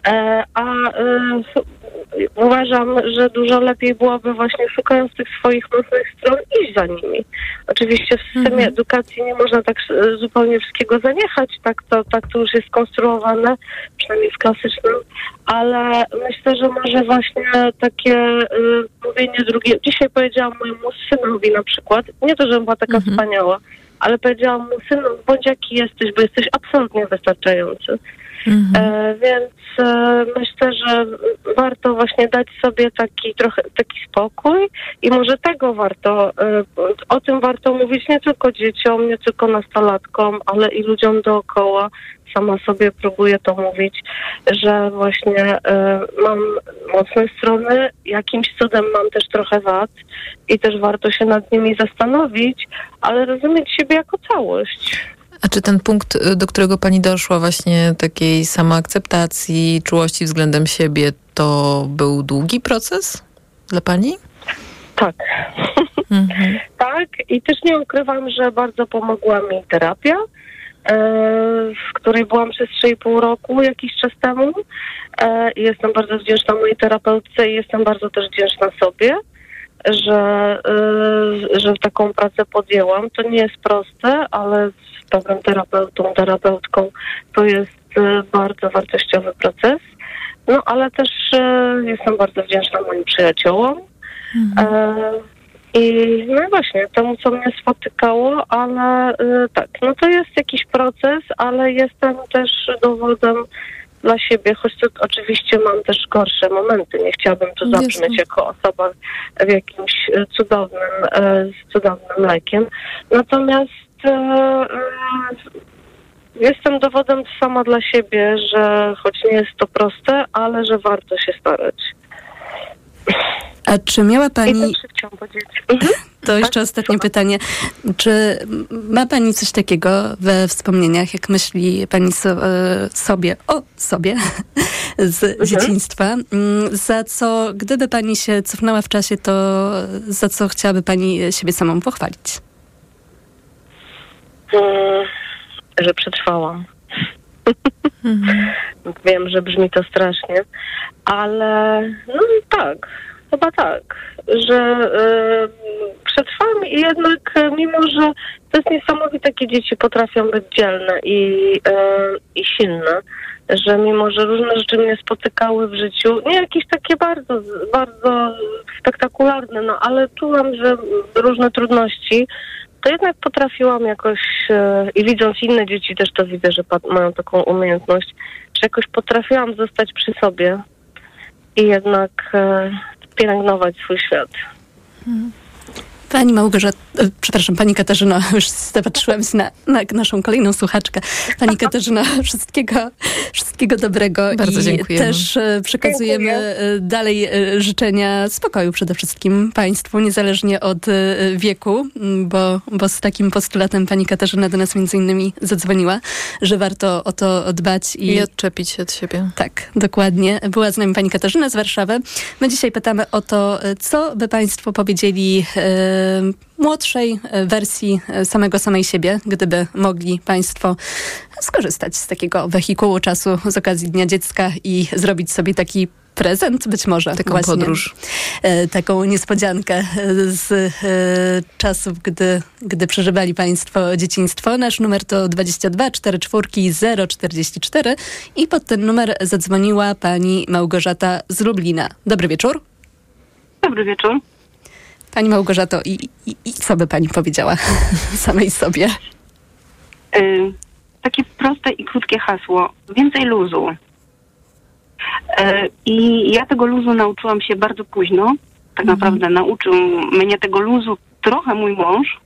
uważam, że dużo lepiej byłoby właśnie, szukając tych swoich mocnych stron, iść za nimi. Oczywiście w systemie edukacji nie można tak zupełnie wszystkiego zaniechać, tak to już jest skonstruowane, przynajmniej w klasycznym, ale myślę, że może właśnie takie mówienie drugie. Dzisiaj powiedziałam mojemu synowi na przykład, nie to, żebym była taka wspaniała, ale powiedziałam mu: synu, bądź jaki jesteś, bo jesteś absolutnie wystarczający. Więc myślę, że warto właśnie dać sobie taki spokój i może tego warto, o tym warto mówić nie tylko dzieciom, nie tylko nastolatkom, ale i ludziom dookoła. Sama sobie próbuję to mówić, że właśnie mam mocne strony, jakimś cudem mam też trochę wad i też warto się nad nimi zastanowić, ale rozumieć siebie jako całość. A czy ten punkt, do którego pani doszła, właśnie takiej samoakceptacji, czułości względem siebie, to był długi proces dla pani? Tak. Tak, i też nie ukrywam, że bardzo pomogła mi terapia. w której byłam przez 3,5 roku jakiś czas temu. I jestem bardzo wdzięczna mojej terapeutce i jestem bardzo też wdzięczna sobie, że taką pracę podjęłam. To nie jest proste, ale z dobrym terapeutką to jest bardzo wartościowy proces. No ale też jestem bardzo wdzięczna moim przyjaciołom. I no właśnie, temu, co mnie spotykało, ale tak, no to jest jakiś proces, ale jestem też dowodem dla siebie, choć to oczywiście mam też gorsze momenty. Nie chciałabym tu zabrzmieć jako osoba w jakimś cudownym lekiem. Natomiast jestem dowodem sama dla siebie, że choć nie jest to proste, ale że warto się starać. A czy miała Pani... chciałam powiedzieć. To jeszcze ostatnie pytanie. Czy ma Pani coś takiego we wspomnieniach, jak myśli Pani o sobie z dzieciństwa, za co, gdyby Pani się cofnęła w czasie, to za co chciałaby Pani siebie samą pochwalić? Że przetrwałam. Wiem, że brzmi to strasznie, ale no tak, chyba tak, że przetrwałam i jednak mimo, że to jest niesamowite, jakie dzieci potrafią być dzielne i silne, że mimo, że różne rzeczy mnie spotykały w życiu, nie jakieś takie bardzo, bardzo spektakularne, no ale czułam, że różne trudności, to jednak potrafiłam jakoś, i widząc inne dzieci też to widzę, że mają taką umiejętność, że jakoś potrafiłam zostać przy sobie i jednak pielęgnować swój świat. Pani Małgorzata, Pani Katarzyno, już zapatrzyłam się na naszą kolejną słuchaczkę. Pani Katarzyno, wszystkiego dobrego. Bardzo dziękujemy. Też przekazujemy dalej życzenia spokoju przede wszystkim Państwu, niezależnie od wieku, bo z takim postulatem Pani Katarzyna do nas między innymi zadzwoniła, że warto o to dbać i odczepić się od siebie. Tak, dokładnie. Była z nami Pani Katarzyna z Warszawy. My dzisiaj pytamy o to, co by Państwo powiedzieli młodszej wersji samej siebie, gdyby mogli Państwo skorzystać z takiego wehikułu czasu z okazji Dnia Dziecka i zrobić sobie taki prezent, być może. Taką właśnie, podróż. Taką niespodziankę z czasów, gdy przeżywali Państwo dzieciństwo. Nasz numer to 22 44 044 i pod ten numer zadzwoniła Pani Małgorzata z Lublina. Dobry wieczór. Dobry wieczór. Pani Małgorzato, i co by Pani powiedziała samej sobie? Takie proste i krótkie hasło. Więcej luzu. I ja tego luzu nauczyłam się bardzo późno. Tak naprawdę nauczył mnie tego luzu trochę mój mąż.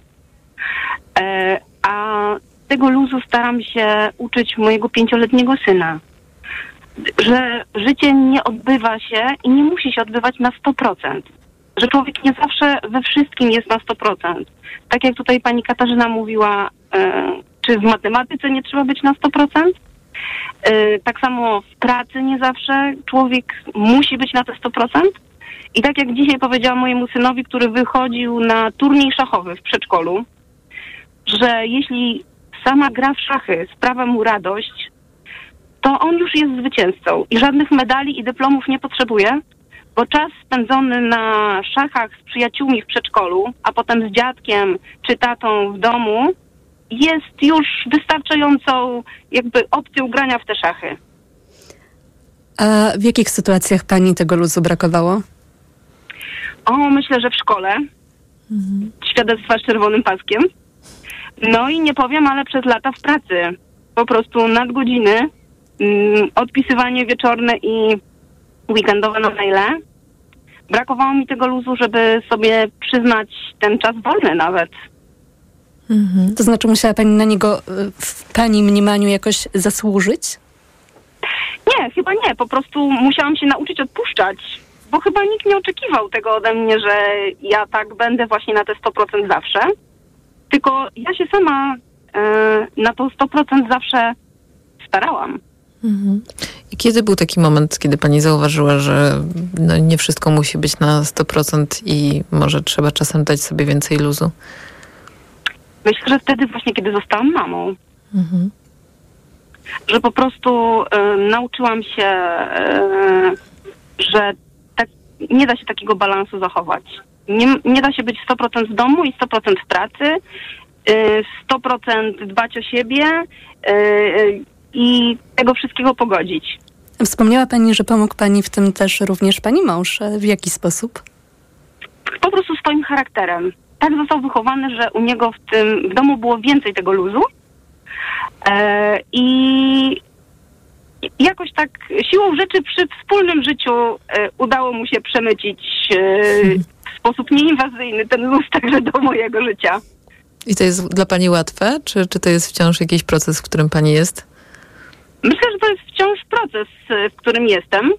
A tego luzu staram się uczyć mojego 5-letniego syna. Że życie nie odbywa się i nie musi się odbywać na 100%. Że człowiek nie zawsze we wszystkim jest na 100%. Tak jak tutaj pani Katarzyna mówiła, czy w matematyce nie trzeba być na 100%? Tak samo w pracy nie zawsze człowiek musi być na te 100%. I tak jak dzisiaj powiedziałam mojemu synowi, który wychodził na turniej szachowy w przedszkolu, że jeśli sama gra w szachy sprawia mu radość, to on już jest zwycięzcą i żadnych medali i dyplomów nie potrzebuje, bo czas spędzony na szachach z przyjaciółmi w przedszkolu, a potem z dziadkiem czy tatą w domu, jest już wystarczającą jakby opcją grania w te szachy. A w jakich sytuacjach Pani tego luzu brakowało? Myślę, że w szkole. Świadectwa z czerwonym paskiem. No i nie powiem, ale przez lata w pracy. Po prostu nadgodziny, odpisywanie wieczorne i weekendowe na maile. Brakowało mi tego luzu, żeby sobie przyznać ten czas wolny nawet. To znaczy musiała Pani na niego w Pani mniemaniu jakoś zasłużyć? Nie, chyba nie. Po prostu musiałam się nauczyć odpuszczać, bo chyba nikt nie oczekiwał tego ode mnie, że ja tak będę właśnie na te 100% zawsze. Tylko ja się sama na to 100% zawsze starałam. I kiedy był taki moment, kiedy pani zauważyła, że nie wszystko musi być na 100% i może trzeba czasem dać sobie więcej luzu? Myślę, że wtedy właśnie, kiedy zostałam mamą. Że po prostu nauczyłam się, że tak, nie da się takiego balansu zachować. Nie da się być 100% w domu i 100% w pracy, 100% dbać o siebie i tego wszystkiego pogodzić. Wspomniała Pani, że pomógł Pani w tym też również Pani mąż. W jaki sposób? Po prostu swoim charakterem. Tak został wychowany, że u niego w domu było więcej tego luzu i jakoś tak siłą rzeczy przy wspólnym życiu udało mu się przemycić w sposób nieinwazyjny ten luz także do mojego życia. I to jest dla Pani łatwe? Czy to jest wciąż jakiś proces, w którym Pani jest? Myślę, że to jest wciąż proces, w którym jestem,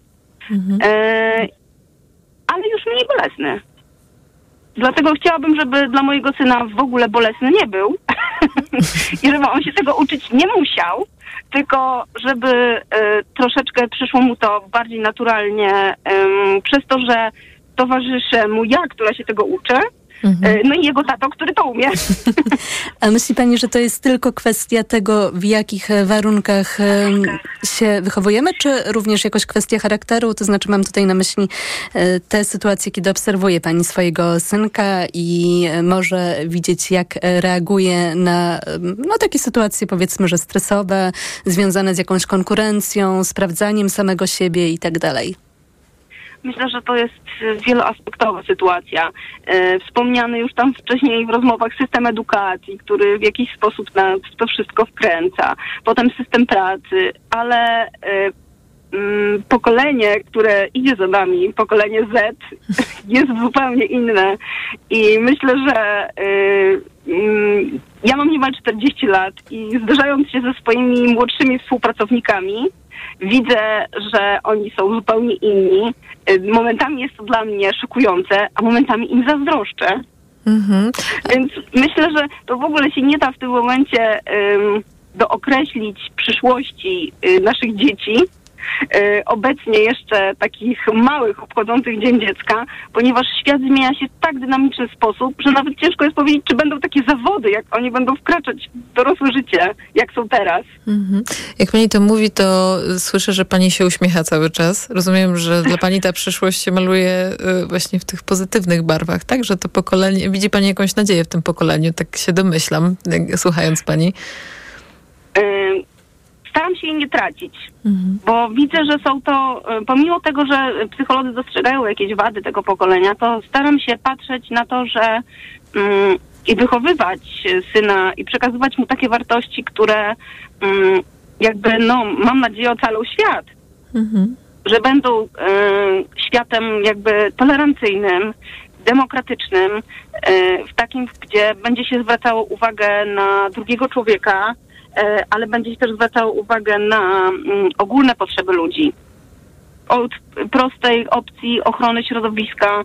ale już mniej bolesny. Dlatego chciałabym, żeby dla mojego syna w ogóle bolesny nie był i żeby on się tego uczyć nie musiał, tylko żeby troszeczkę przyszło mu to bardziej naturalnie przez to, że towarzyszę mu ja, która się tego uczę, no i jego tato, który to umie. A myśli Pani, że to jest tylko kwestia tego, w jakich warunkach się wychowujemy, czy również jakoś kwestia charakteru? To znaczy mam tutaj na myśli te sytuacje, kiedy obserwuje Pani swojego synka i może widzieć, jak reaguje na takie sytuacje, powiedzmy, że stresowe, związane z jakąś konkurencją, sprawdzaniem samego siebie i tak dalej. Myślę, że to jest wieloaspektowa sytuacja. Wspomniany już tam wcześniej w rozmowach system edukacji, który w jakiś sposób to wszystko wkręca. Potem system pracy, ale pokolenie, które idzie za nami, pokolenie Z, jest zupełnie inne. I myślę, że ja mam niemal 40 lat i zderzając się ze swoimi młodszymi współpracownikami, widzę, że oni są zupełnie inni. Momentami jest to dla mnie szokujące, a momentami im zazdroszczę. Więc myślę, że to w ogóle się nie da w tym momencie dookreślić przyszłości naszych dzieci, obecnie jeszcze takich małych, obchodzących Dzień Dziecka, ponieważ świat zmienia się w tak dynamiczny sposób, że nawet ciężko jest powiedzieć, czy będą takie zawody, jak oni będą wkraczać w dorosłe życie, jak są teraz. Jak Pani to mówi, to słyszę, że Pani się uśmiecha cały czas. Rozumiem, że dla Pani ta przyszłość się maluje właśnie w tych pozytywnych barwach, tak? Że to pokolenie, widzi Pani jakąś nadzieję w tym pokoleniu, tak się domyślam, słuchając Pani. Staram się jej nie tracić, bo widzę, że są to, pomimo tego, że psycholodzy dostrzegają jakieś wady tego pokolenia, to staram się patrzeć na to, że i wychowywać syna i przekazywać mu takie wartości, które jakby, mam nadzieję, ocalą świat. Że będą światem jakby tolerancyjnym, demokratycznym, w takim, gdzie będzie się zwracało uwagę na drugiego człowieka, ale będzie się też zwracało uwagę na ogólne potrzeby ludzi. Od prostej opcji ochrony środowiska,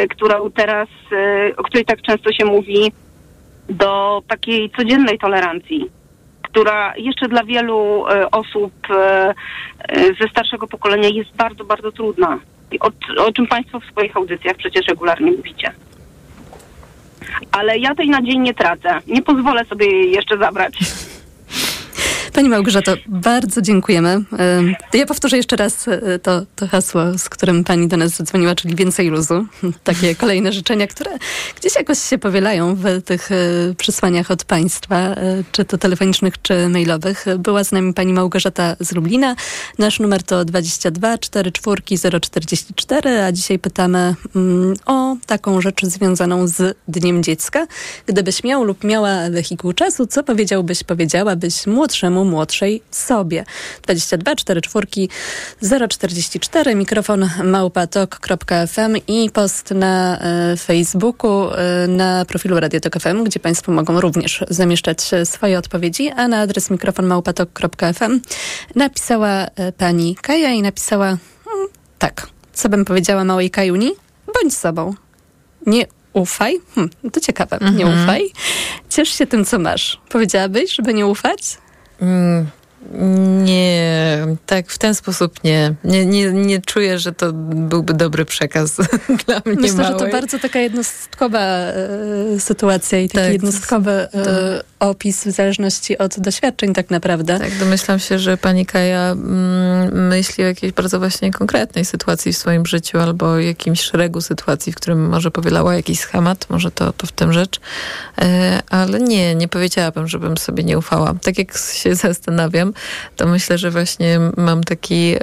o której tak często się mówi, do takiej codziennej tolerancji, która jeszcze dla wielu osób ze starszego pokolenia jest bardzo, bardzo trudna. O czym Państwo w swoich audycjach przecież regularnie mówicie. Ale ja tej nadziei nie tracę. Nie pozwolę sobie jej jeszcze zabrać. Pani Małgorzato, bardzo dziękujemy. Ja powtórzę jeszcze raz to hasło, z którym Pani do nas zadzwoniła, czyli więcej luzu. Takie kolejne życzenia, które gdzieś jakoś się powielają w tych przesłaniach od Państwa, czy to telefonicznych, czy mailowych. Była z nami Pani Małgorzata z Lublina. Nasz numer to 22 44 044, a dzisiaj pytamy o taką rzecz związaną z Dniem Dziecka. Gdybyś miał lub miała wehikuł czasu, co powiedziałabyś młodszej sobie. 22 44 044, mikrofon @tok.fm i post na Facebooku, na profilu Radio Tok FM, gdzie Państwo mogą również zamieszczać swoje odpowiedzi, a na adres mikrofon@tok.fm napisała Pani Kaja i napisała tak, co bym powiedziała małej Kajuni? Bądź sobą. Nie ufaj. To ciekawe. Nie ufaj. Ciesz się tym, co masz. Powiedziałabyś, żeby nie ufać? Nie, tak w ten sposób nie. Nie czuję, że to byłby dobry przekaz dla mnie Myślę, małej. że to bardzo taka jednostkowa sytuacja i taki jednostkowy opis w zależności od doświadczeń tak naprawdę. Tak, domyślam się, że pani Kaja myśli o jakiejś bardzo właśnie konkretnej sytuacji w swoim życiu albo o jakimś szeregu sytuacji, w którym może powielała jakiś schemat, może to w tym rzecz. Ale nie powiedziałabym, żebym sobie nie ufała. Tak jak się zastanawiam, to myślę, że właśnie mam taki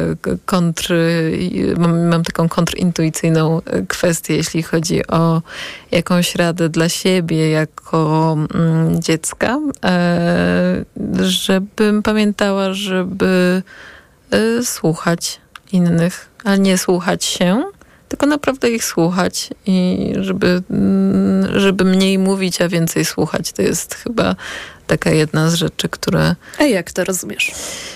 mam taką kontrintuicyjną kwestię, jeśli chodzi o jakąś radę dla siebie jako dziecka, żebym pamiętała, żeby słuchać innych, ale nie słuchać się, tylko naprawdę ich słuchać i żeby mniej mówić, a więcej słuchać. To jest chyba taka jedna z rzeczy, które... A jak to rozumiesz?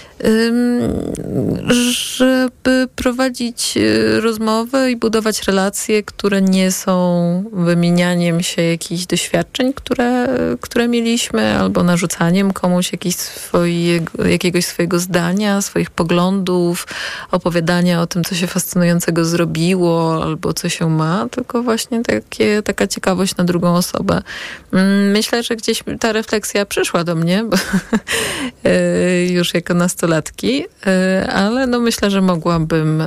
Żeby prowadzić rozmowę i budować relacje, które nie są wymienianiem się jakichś doświadczeń, które mieliśmy, albo narzucaniem komuś jakiegoś swojego zdania, swoich poglądów, opowiadania o tym, co się fascynującego zrobiło, albo co się ma, tylko właśnie taka ciekawość na drugą osobę. Myślę, że gdzieś ta refleksja przyszła do mnie, bo już jako nastolatki, ale myślę, że mogłabym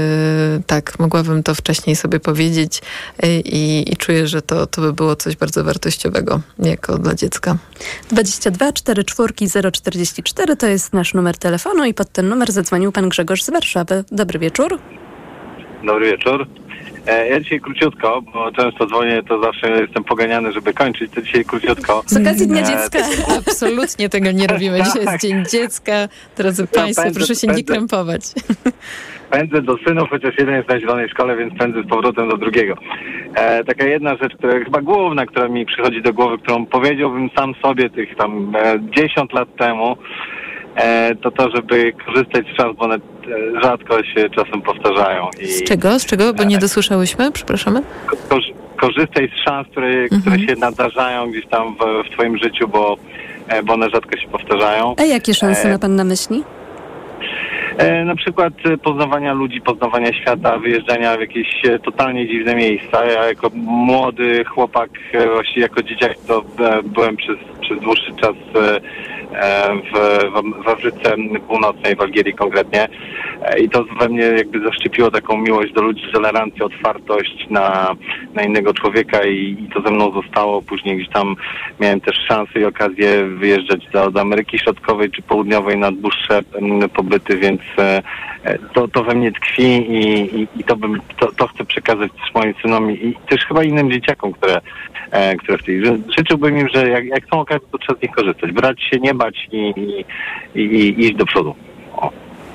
to wcześniej sobie powiedzieć i czuję, że to by było coś bardzo wartościowego jako dla dziecka. 22 44 044 to jest nasz numer telefonu i pod ten numer zadzwonił pan Grzegorz z Warszawy. Dobry wieczór. Dobry wieczór. Ja dzisiaj króciutko, bo często dzwonię, to zawsze jestem poganiany, żeby kończyć, to dzisiaj króciutko. Z okazji Dnia Dziecka. Absolutnie tego nie robimy. Dzisiaj jest Dzień Dziecka. Drodzy Państwo, proszę się nie krępować. Pędzę do synów, chociaż jeden jest na zielonej szkole, więc pędzę z powrotem do drugiego. Taka jedna rzecz, która chyba główna, która mi przychodzi do głowy, którą powiedziałbym sam sobie tych tam 10 lat temu, to żeby korzystać z szans, bo one rzadko się czasem powtarzają. Z czego? Bo nie dosłyszałyśmy, przepraszamy. Korzystaj z szans, które się nadarzają gdzieś tam w twoim życiu, bo one rzadko się powtarzają. A jakie szanse ma pan na myśli? Na przykład poznawania ludzi, poznawania świata, wyjeżdżania w jakieś totalnie dziwne miejsca. Ja jako młody chłopak, właściwie jako dzieciak, to byłem przez dłuższy czas w Afryce Północnej, w Algierii konkretnie. I to we mnie jakby zaszczepiło taką miłość do ludzi, tolerancję, otwartość na innego człowieka i to ze mną zostało. Później gdzieś tam miałem też szansę i okazję wyjeżdżać do Ameryki Środkowej czy Południowej na dłuższe pobyty, więc to we mnie tkwi i to chcę przekazać też moim synom i też chyba innym dzieciakom, które w tej... Życzyłbym im, że jak są okazje, to trzeba z nich korzystać. Brać się, nie bać i iść do przodu. O.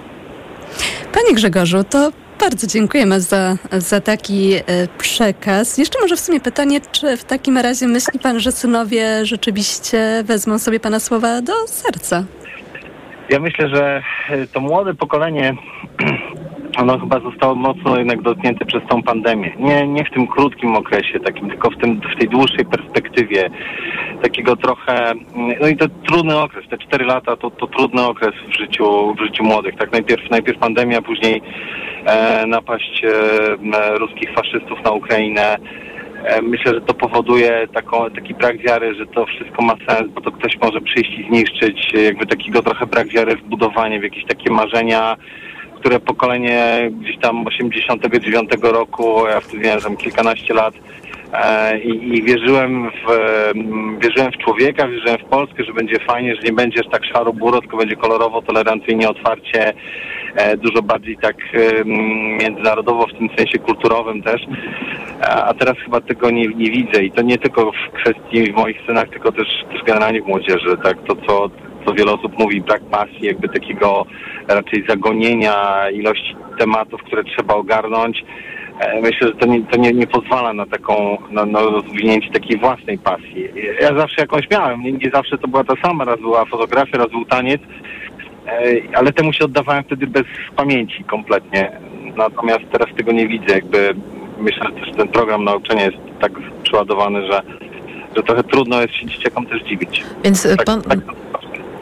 Panie Grzegorzu, to bardzo dziękujemy za taki przekaz. Jeszcze może w sumie pytanie, czy w takim razie myśli pan, że synowie rzeczywiście wezmą sobie pana słowa do serca? Ja myślę, że to młode pokolenie, ono chyba zostało mocno jednak dotknięte przez tą pandemię. Nie w tym krótkim okresie takim, tylko w tej dłuższej perspektywie takiego trochę, no i to trudny okres, te 4 lata to trudny okres w życiu młodych. Tak najpierw pandemia, później napaść ruskich faszystów na Ukrainę. Myślę, że to powoduje taki brak wiary, że to wszystko ma sens, bo to ktoś może przyjść i zniszczyć, jakby takiego trochę brak wiary w budowanie, w jakieś takie marzenia, które pokolenie gdzieś tam 89 roku, ja wtedy miałem tam kilkanaście lat i wierzyłem w człowieka, wierzyłem w Polskę, że będzie fajnie, że nie będzie tak szaro-buro, tylko będzie kolorowo, tolerancyjnie, otwarcie, dużo bardziej tak międzynarodowo, w tym sensie kulturowym też. A teraz chyba tego nie widzę i to nie tylko w kwestii moich synach, tylko też generalnie w młodzieży. Tak, to co wiele osób mówi, brak pasji, jakby takiego raczej zagonienia ilości tematów, które trzeba ogarnąć. Myślę, że to nie pozwala na rozwinięcie takiej własnej pasji. Ja zawsze jakąś miałem, nie zawsze to była ta sama, raz była fotografia, raz był taniec, ale temu się oddawałem wtedy bez pamięci kompletnie. Natomiast teraz tego nie widzę, jakby myślę, że też ten program nauczania jest tak przeładowany, że trochę trudno jest się dzieciakom też dziwić. Więc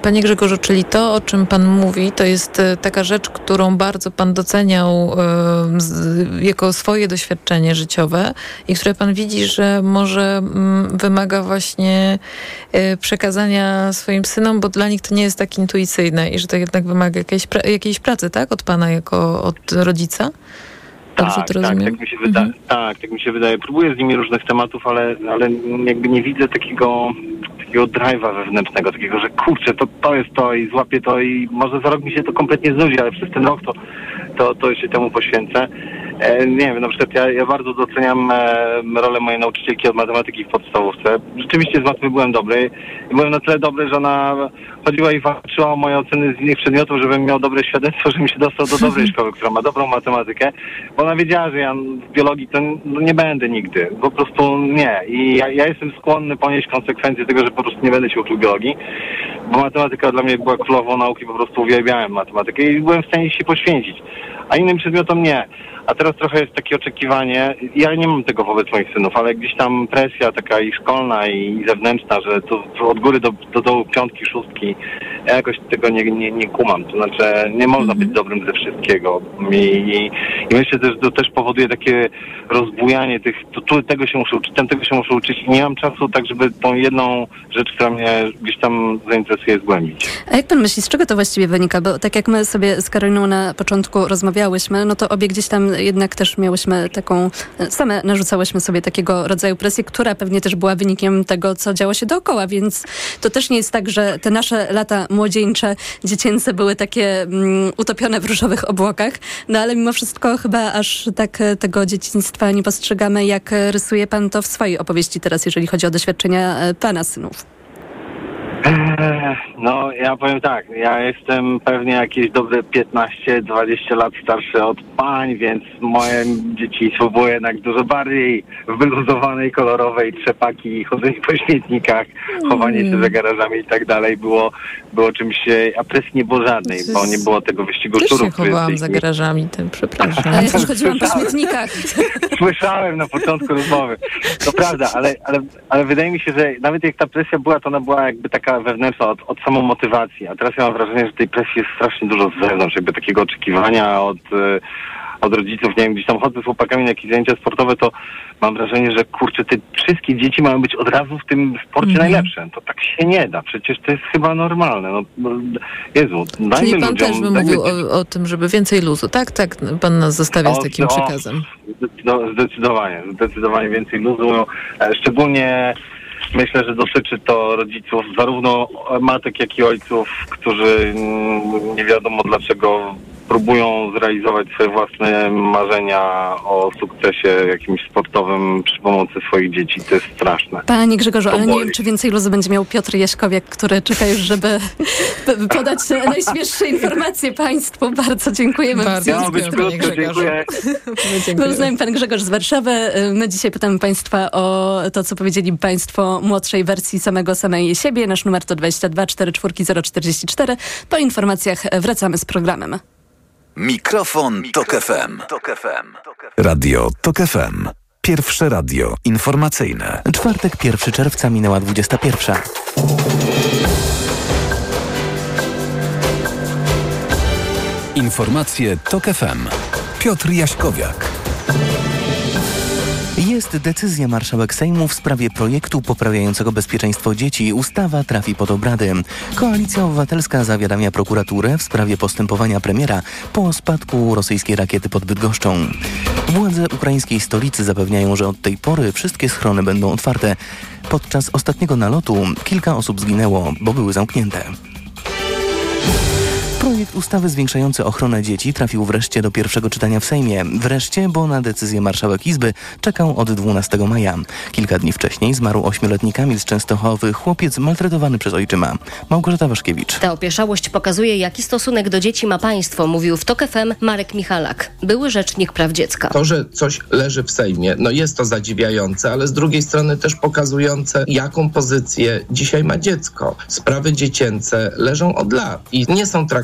Panie Grzegorzu, czyli to, o czym pan mówi, to jest taka rzecz, którą bardzo pan doceniał jako swoje doświadczenie życiowe i które pan widzi, że może wymaga właśnie przekazania swoim synom, bo dla nich to nie jest tak intuicyjne i że to jednak wymaga jakiejś pracy, tak? Od pana jako od rodzica? Dobrze to rozumiem? Tak mi się wydaje. Próbuję z nimi różnych tematów, ale jakby nie widzę takiego drive'a wewnętrznego, takiego, że kurczę, to jest to i złapię to i może za rok mi się to kompletnie znudzi, ale przez ten rok to się temu poświęcę. Nie wiem, na przykład ja bardzo doceniam rolę mojej nauczycielki od matematyki w podstawówce. Rzeczywiście z matmy byłem dobry. I byłem na tyle dobry, że ona chodziła i walczyła o moje oceny z innych przedmiotów, żebym miał dobre świadectwo, żebym się dostał do dobrej szkoły, która ma dobrą matematykę. Bo ona wiedziała, że ja w biologii to nie będę nigdy. Po prostu nie. I ja jestem skłonny ponieść konsekwencje tego, że po prostu nie będę się uczył biologii. Bo matematyka dla mnie była królową nauki, po prostu uwielbiałem matematykę i byłem w stanie się poświęcić. A innym przedmiotom nie. A teraz trochę jest takie oczekiwanie, ja nie mam tego wobec moich synów, ale gdzieś tam presja taka i szkolna i zewnętrzna, że to od góry do dołu 5, 6, ja jakoś tego nie kumam. To znaczy nie można być dobrym ze wszystkiego. I myślę, że to też powoduje takie rozbujanie tego się muszę uczyć, tego się muszę uczyć i nie mam czasu tak, żeby tą jedną rzecz, która mnie gdzieś tam zainteresuje, zgłębić. A jak pan myśli, z czego to właściwie wynika? Bo tak jak my sobie z Karoliną na początku rozmawiałyśmy, no to obie gdzieś tam jednak też miałyśmy same narzucałyśmy sobie takiego rodzaju presję, która pewnie też była wynikiem tego, co działo się dookoła, więc to też nie jest tak, że te nasze lata młodzieńcze, dziecięce były takie utopione w różowych obłokach, no ale mimo wszystko chyba aż tak tego dzieciństwa nie postrzegamy, jak rysuje pan to w swojej opowieści teraz, jeżeli chodzi o doświadczenia pana synów. No, ja powiem tak, ja jestem pewnie jakieś dobre 15-20 lat starszy od pań, więc moje dzieciństwo było jednak dużo bardziej wyluzowane i kolorowe i trzepaki, chodzenie po śmietnikach, chowanie się za garażami i tak dalej było czymś, a presji nie było żadnej, bo nie było tego wyścigu szczurów. Też się chowałam za garażami, przepraszam. Ja też chodziłam po śmietnikach. Słyszałem na początku rozmowy. To prawda, ale wydaje mi się, że nawet jak ta presja była, to ona była jakby taka wewnętrzna od samą motywacji, a teraz ja mam wrażenie, że tej presji jest strasznie dużo z zewnątrz, jakby takiego oczekiwania od rodziców, nie wiem, gdzieś tam chodzę z chłopakami na jakieś zajęcia sportowe, to mam wrażenie, że kurczę, te wszystkie dzieci mają być od razu w tym sporcie najlepsze. To tak się nie da, przecież to jest chyba normalne. No, Jezu, dajmy Czyli pan ludziom... też by mówił o tym, żeby więcej luzu. Tak, pan nas zostawia z takim przekazem. Zdecydowanie więcej luzu. Szczególnie myślę, że dotyczy to rodziców, zarówno matek, jak i ojców, którzy nie wiadomo dlaczego próbują zrealizować swoje własne marzenia o sukcesie jakimś sportowym przy pomocy swoich dzieci. To jest straszne. Panie Grzegorzu, ale nie wiem, czy więcej luzu będzie miał Piotr Jaśkowiak, który czeka już, żeby podać najświeższe informacje państwu. Bardzo dziękujemy. Dziękuję. Był z nami pan Grzegorz z Warszawy. My dzisiaj pytamy państwa o to, co powiedzieli państwo młodszej wersji samej siebie. Nasz numer to 22 44 044. Po informacjach wracamy z programem. Mikrofon Tok FM. Radio Tok FM. Pierwsze radio informacyjne. Czwartek, 1 czerwca, minęła 21. Informacje Tok FM. Piotr Jaśkowiak. Jest decyzja marszałek Sejmu w sprawie projektu poprawiającego bezpieczeństwo dzieci. Ustawa trafi pod obrady. Koalicja Obywatelska zawiadamia prokuraturę w sprawie postępowania premiera po spadku rosyjskiej rakiety pod Bydgoszczą. Władze ukraińskiej stolicy zapewniają, że od tej pory wszystkie schrony będą otwarte. Podczas ostatniego nalotu kilka osób zginęło, bo były zamknięte. Projekt ustawy zwiększający ochronę dzieci trafił wreszcie do pierwszego czytania w Sejmie. Wreszcie, bo na decyzję marszałek Izby czekał od 12 maja. Kilka dni wcześniej zmarł 8-letni Kamil z Częstochowy, chłopiec maltretowany przez ojczyma. Małgorzata Waszkiewicz. Ta opieszałość pokazuje, jaki stosunek do dzieci ma państwo, mówił w TOK FM Marek Michalak, były rzecznik praw dziecka. To, że coś leży w Sejmie, jest to zadziwiające, ale z drugiej strony też pokazujące, jaką pozycję dzisiaj ma dziecko. Sprawy dziecięce leżą od lat i nie są traktowane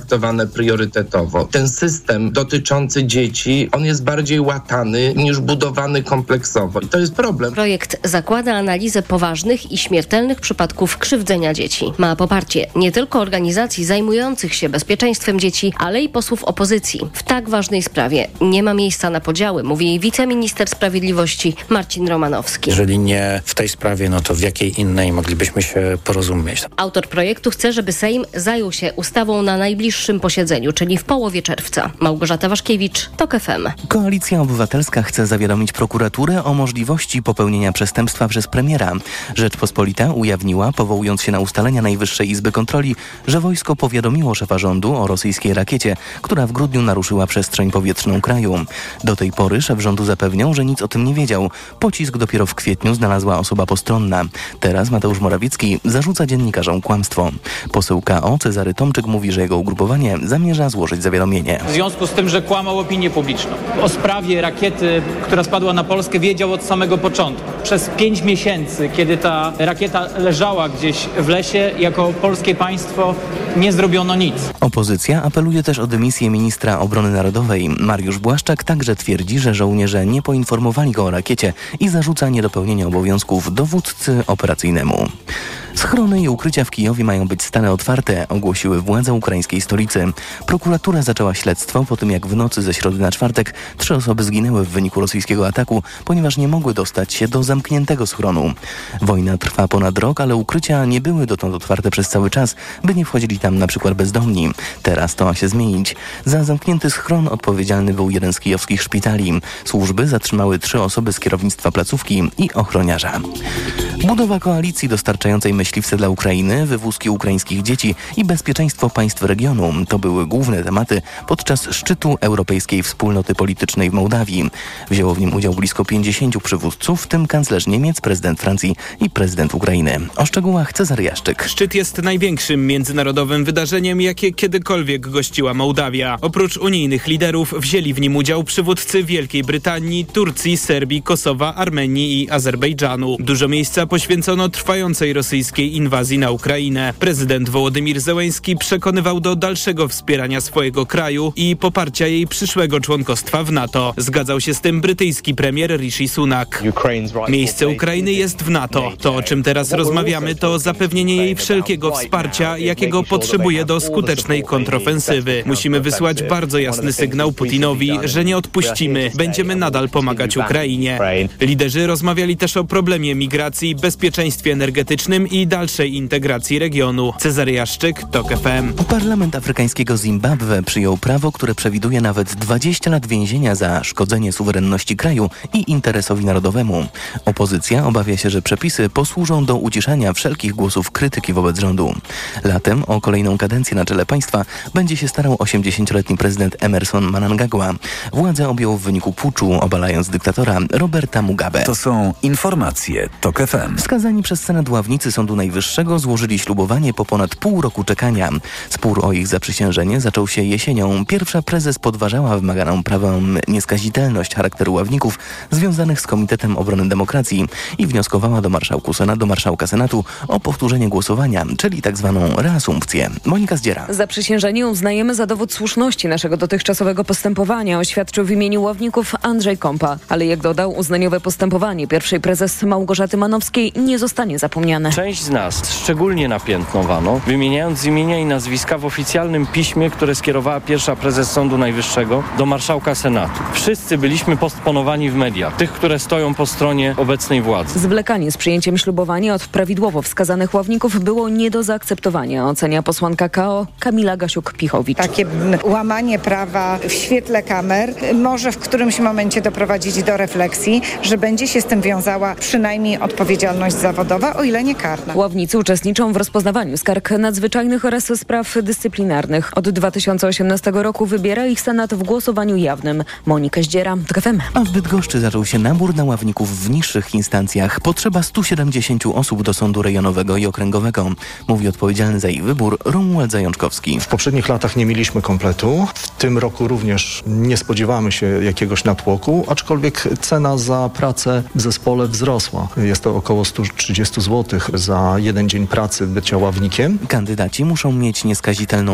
traktowane priorytetowo. Ten system dotyczący dzieci, on jest bardziej łatany niż budowany kompleksowo. I to jest problem. Projekt zakłada analizę poważnych i śmiertelnych przypadków krzywdzenia dzieci. Ma poparcie nie tylko organizacji zajmujących się bezpieczeństwem dzieci, ale i posłów opozycji. W tak ważnej sprawie nie ma miejsca na podziały, mówi wiceminister sprawiedliwości Marcin Romanowski. Jeżeli nie w tej sprawie, no to w jakiej innej moglibyśmy się porozumieć? Autor projektu chce, żeby Sejm zajął się ustawą na najbliższym posiedzeniu, czyli w połowie czerwca. Małgorzata Waszkiewicz, TOK FM. Koalicja Obywatelska chce zawiadomić prokuraturę o możliwości popełnienia przestępstwa przez premiera. Rzeczpospolita ujawniła, powołując się na ustalenia Najwyższej Izby Kontroli, że wojsko powiadomiło szefa rządu o rosyjskiej rakiecie, która w grudniu naruszyła przestrzeń powietrzną kraju. Do tej pory szef rządu zapewniał, że nic o tym nie wiedział. Pocisk dopiero w kwietniu znalazła osoba postronna. Teraz Mateusz Morawiecki zarzuca dziennikarzom kłamstwo. Poseł KO Cezary Tomczyk mówi, że jego ugrupowanie zamierza złożyć zawiadomienie. W związku z tym, że kłamał opinię publiczną. O sprawie rakiety, która spadła na Polskę, wiedział od samego początku. Przez 5 miesięcy, kiedy ta rakieta leżała gdzieś w lesie, jako polskie państwo nie zrobiono nic. Opozycja apeluje też o dymisję ministra obrony narodowej. Mariusz Błaszczak także twierdzi, że żołnierze nie poinformowali go o rakiecie i zarzuca niedopełnienie obowiązków dowódcy operacyjnemu. Schrony i ukrycia w Kijowie mają być stale otwarte, ogłosiły władze ukraińskiej stolicy. Prokuratura zaczęła śledztwo po tym, jak w nocy ze środy na czwartek 3 osoby zginęły w wyniku rosyjskiego ataku, ponieważ nie mogły dostać się do zamkniętego schronu. Wojna trwa ponad rok, ale ukrycia nie były dotąd otwarte przez cały czas, by nie wchodzili tam na przykład bezdomni. Teraz to ma się zmienić. Za zamknięty schron odpowiedzialny był jeden z kijowskich szpitali. Służby zatrzymały 3 osoby z kierownictwa placówki i ochroniarza. Budowa koalicji dostarczającej myśliwce dla Ukrainy, wywózki ukraińskich dzieci i bezpieczeństwo państw regionu to były główne tematy podczas szczytu Europejskiej Wspólnoty Politycznej w Mołdawii. Wzięło w nim udział blisko 50 przywódców, w tym kanclerz Niemiec, prezydent Francji i prezydent Ukrainy. O szczegółach Cezary Jaszczyk. Szczyt jest największym międzynarodowym wydarzeniem, jakie kiedykolwiek gościła Mołdawia. Oprócz unijnych liderów wzięli w nim udział przywódcy Wielkiej Brytanii, Turcji, Serbii, Kosowa, Armenii i Azerbejdżanu. Dużo miejsca poświęcono trwającej rosyjskiej inwazji na Ukrainę. Prezydent Wołodymir Zełenski przekonywał do dalszego wspierania swojego kraju i poparcia jej przyszłego członkostwa w NATO. Zgadzał się z tym brytyjski premier Rishi Sunak. Miejsce Ukrainy jest w NATO. To, o czym teraz rozmawiamy, to zapewnienie jej wszelkiego wsparcia, jakiego potrzebuje do skutecznej kontrofensywy. Musimy wysłać bardzo jasny sygnał Putinowi, że nie odpuścimy. Będziemy nadal pomagać Ukrainie. Liderzy rozmawiali też o problemie migracji, bezpieczeństwie energetycznym i dalszej integracji regionu. Cezary Jaszczyk, TOK FM. Parlament afrykańskiego Zimbabwe przyjął prawo, które przewiduje nawet 20 lat więzienia za szkodzenie suwerenności kraju i interesowi narodowemu. Opozycja obawia się, że przepisy posłużą do uciszania wszelkich głosów krytyki wobec rządu. Latem o kolejną kadencję na czele państwa będzie się starał 80-letni prezydent Emerson Mnangagwa. Władzę objął w wyniku puczu, obalając dyktatora Roberta Mugabe. To są informacje TOK FM. Skazani przez Senat ławnicy Sądu Najwyższego złożyli ślubowanie po ponad pół roku czekania. Spór o ich zaprzysiężenie zaczął się jesienią. Pierwsza prezes podważała wymaganą prawem nieskazitelność charakteru ławników związanych z Komitetem Obrony Demokracji i wnioskowała do marszałka Senatu o powtórzenie głosowania, czyli tak zwaną reasumpcję. Monika Zdziera. Zaprzysiężenie uznajemy za dowód słuszności naszego dotychczasowego postępowania, oświadczył w imieniu ławników Andrzej Kompa. Ale jak dodał, uznaniowe postępowanie pierwszej prezes Małgorzaty Manowskiej nie zostanie zapomniane. Część z nas szczególnie napiętnowano, wymieniając z imienia i nazwiska w oficjalnym piśmie, które skierowała pierwsza prezes Sądu Najwyższego do marszałka Senatu. Wszyscy byliśmy postponowani w mediach, tych, które stoją po stronie obecnej władzy. Zwlekanie z przyjęciem ślubowania od prawidłowo wskazanych ławników było nie do zaakceptowania, ocenia posłanka KO Kamila Gasiuk-Pichowicz. Takie łamanie prawa w świetle kamer może w którymś momencie doprowadzić do refleksji, że będzie się z tym wiązała przynajmniej odpowiedzialność zawodowa, o ile nie karna. Ławnicy uczestniczą w rozpoznawaniu skarg nadzwyczajnych oraz spraw dyscyplinarnych. Od 2018 roku wybiera ich Senat w głosowaniu jawnym. Monika Zdziera, TOK FM. A w Bydgoszczy zaczął się nabór na ławników w niższych instancjach. Potrzeba 170 osób do sądu rejonowego i okręgowego. Mówi odpowiedzialny za ich wybór Romuald Zajączkowski. W poprzednich latach nie mieliśmy kompletu. W tym roku również nie spodziewamy się jakiegoś natłoku, aczkolwiek cena za pracę w zespole wzrosła. Jest to około 130 zł za jeden dzień pracy bycia ławnikiem. Kandydaci muszą mieć nieskazitelną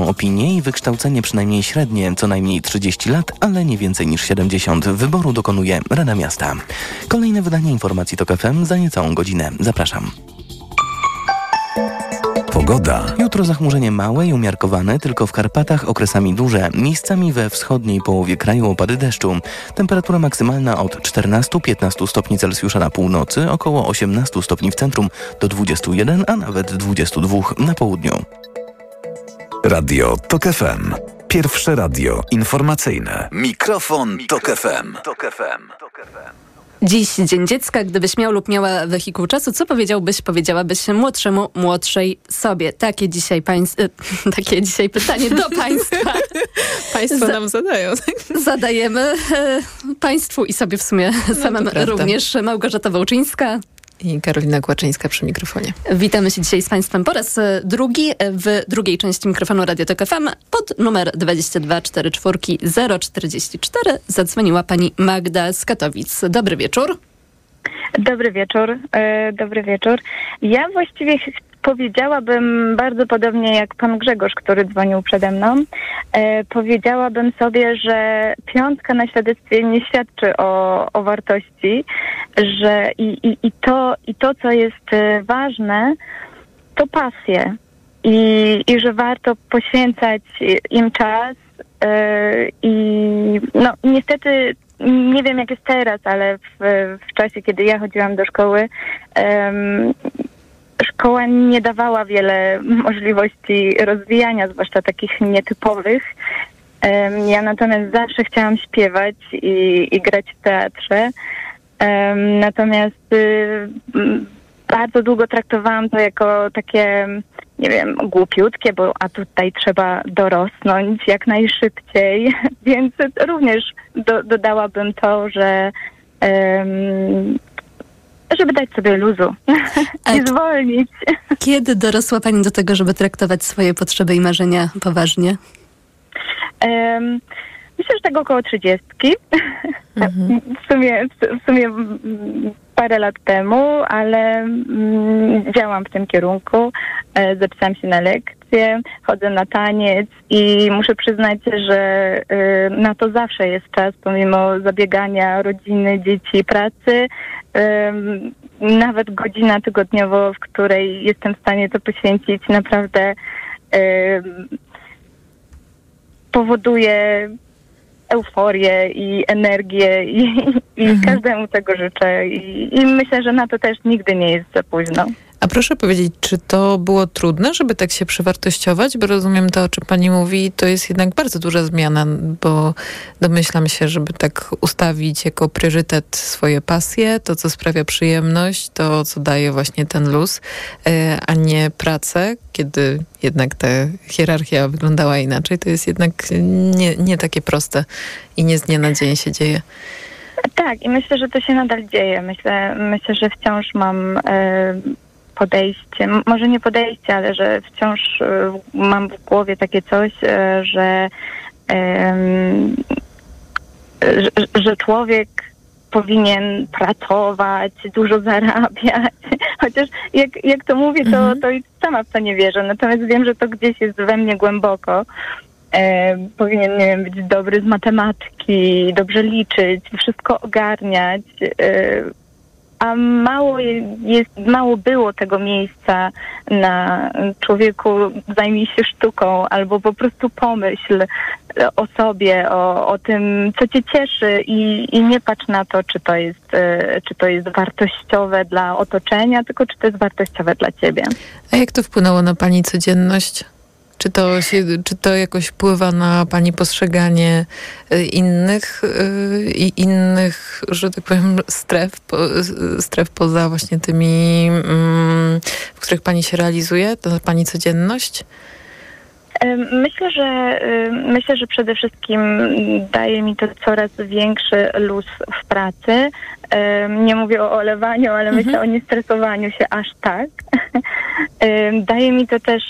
wysoką opinię i wykształcenie przynajmniej średnie, co najmniej 30 lat, ale nie więcej niż 70. Wyboru dokonuje Rada Miasta. Kolejne wydanie informacji TOK FM za niecałą godzinę. Zapraszam. Pogoda. Jutro zachmurzenie małe i umiarkowane, tylko w Karpatach okresami duże. Miejscami we wschodniej połowie kraju opady deszczu. Temperatura maksymalna od 14-15 stopni Celsjusza na północy, około 18 stopni w centrum, do 21, a nawet 22 na południu. Radio TOK FM. Pierwsze radio informacyjne. Mikrofon TOK FM. Dziś Dzień Dziecka. Gdybyś miał lub miała wehikuł czasu, co powiedziałabyś młodszemu, młodszej sobie? Takie dzisiaj pytanie do Państwa. Państwo nam zadają. Zadajemy Państwu i sobie w sumie samym również. Małgorzata Wołczyńska i Karolina Kłaczyńska przy mikrofonie. Witamy się dzisiaj z Państwem po raz drugi w drugiej części mikrofonu Radio TOK FM. Pod numer 22 044 zadzwoniła pani Magda z Katowic. Dobry wieczór. Dobry wieczór. Dobry wieczór. Ja właściwie powiedziałabym bardzo podobnie jak pan Grzegorz, który dzwonił przede mną. Powiedziałabym sobie, że 5 na świadectwie nie świadczy o wartości, że i to, co jest ważne, to pasje. I że warto poświęcać im czas i no niestety nie wiem jak jest teraz, ale w czasie, kiedy ja chodziłam do szkoły, szkoła nie dawała wiele możliwości rozwijania, zwłaszcza takich nietypowych. Ja natomiast zawsze chciałam śpiewać i grać w teatrze. Natomiast bardzo długo traktowałam to jako takie, nie wiem, głupiutkie, a tutaj trzeba dorosnąć jak najszybciej. Więc również dodałabym to, że żeby dać sobie luzu i zwolnić. Kiedy dorosła pani do tego, żeby traktować swoje potrzeby i marzenia poważnie? Myślę, że tak około 30. W sumie parę lat temu, ale działam w tym kierunku. Zapisałam się na lekcje, chodzę na taniec i muszę przyznać, że na to zawsze jest czas, pomimo zabiegania rodziny, dzieci, pracy. Nawet godzina tygodniowo, w której jestem w stanie to poświęcić, naprawdę powoduje euforię i energię i każdemu tego życzę i myślę, że na to też nigdy nie jest za późno. A proszę powiedzieć, czy to było trudne, żeby tak się przewartościować? Bo rozumiem to, o czym pani mówi, to jest jednak bardzo duża zmiana, bo domyślam się, żeby tak ustawić jako priorytet swoje pasje, to, co sprawia przyjemność, to, co daje właśnie ten luz, a nie pracę, kiedy jednak ta hierarchia wyglądała inaczej. To jest jednak nie takie proste i nie z dnia na dzień się dzieje. Tak, i myślę, że to się nadal dzieje. Myślę, że wciąż mam podejście, może nie podejście, ale że wciąż mam w głowie takie coś, że człowiek powinien pracować, dużo zarabiać. Chociaż jak to mówię, to i sama w to nie wierzę. Natomiast wiem, że to gdzieś jest we mnie głęboko. Powinien, nie wiem, być dobry z matematyki, dobrze liczyć, wszystko ogarniać. A mało było tego miejsca na człowieku, zajmij się sztuką, albo po prostu pomyśl o sobie, o tym, co cię cieszy i nie patrz na to, czy to jest wartościowe dla otoczenia, tylko czy to jest wartościowe dla ciebie. A jak to wpłynęło na pani codzienność? Czy to jakoś wpływa na pani postrzeganie innych, że tak powiem, stref poza właśnie tymi, w których pani się realizuje? To pani codzienność? Myślę, że przede wszystkim daje mi to coraz większy luz w pracy. Nie mówię o olewaniu, ale myślę o niestresowaniu się aż tak. Daje mi to też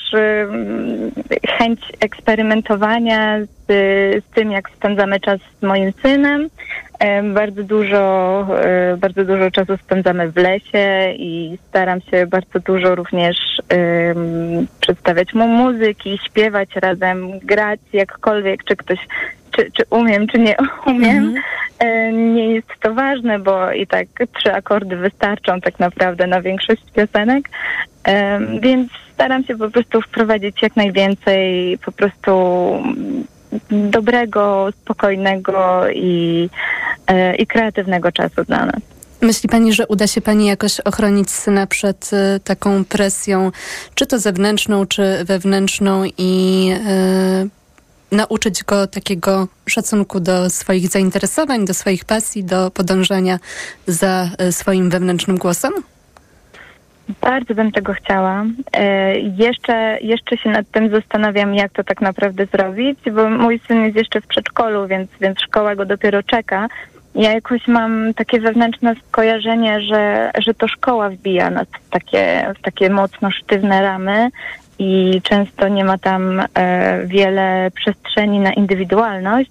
chęć eksperymentowania z tym, jak spędzamy czas z moim synem. Bardzo dużo czasu spędzamy w lesie i staram się bardzo dużo również przedstawiać mu muzyki, śpiewać razem, grać jakkolwiek, czy ktoś czy umiem, czy nie umiem. Nie jest to ważne, bo i tak 3 akordy wystarczą tak naprawdę na większość piosenek, więc staram się po prostu wprowadzić jak najwięcej po prostu dobrego, spokojnego i kreatywnego czasu dla nas. Myśli pani, że uda się pani jakoś ochronić syna przed taką presją, czy to zewnętrzną, czy wewnętrzną i nauczyć go takiego szacunku do swoich zainteresowań, do swoich pasji, do podążania za swoim wewnętrznym głosem? Bardzo bym tego chciała. Jeszcze się nad tym zastanawiam, jak to tak naprawdę zrobić, bo mój syn jest jeszcze w przedszkolu, więc szkoła go dopiero czeka. Ja jakoś mam takie wewnętrzne skojarzenie, że to szkoła wbija nas w takie mocno sztywne ramy i często nie ma tam wiele przestrzeni na indywidualność,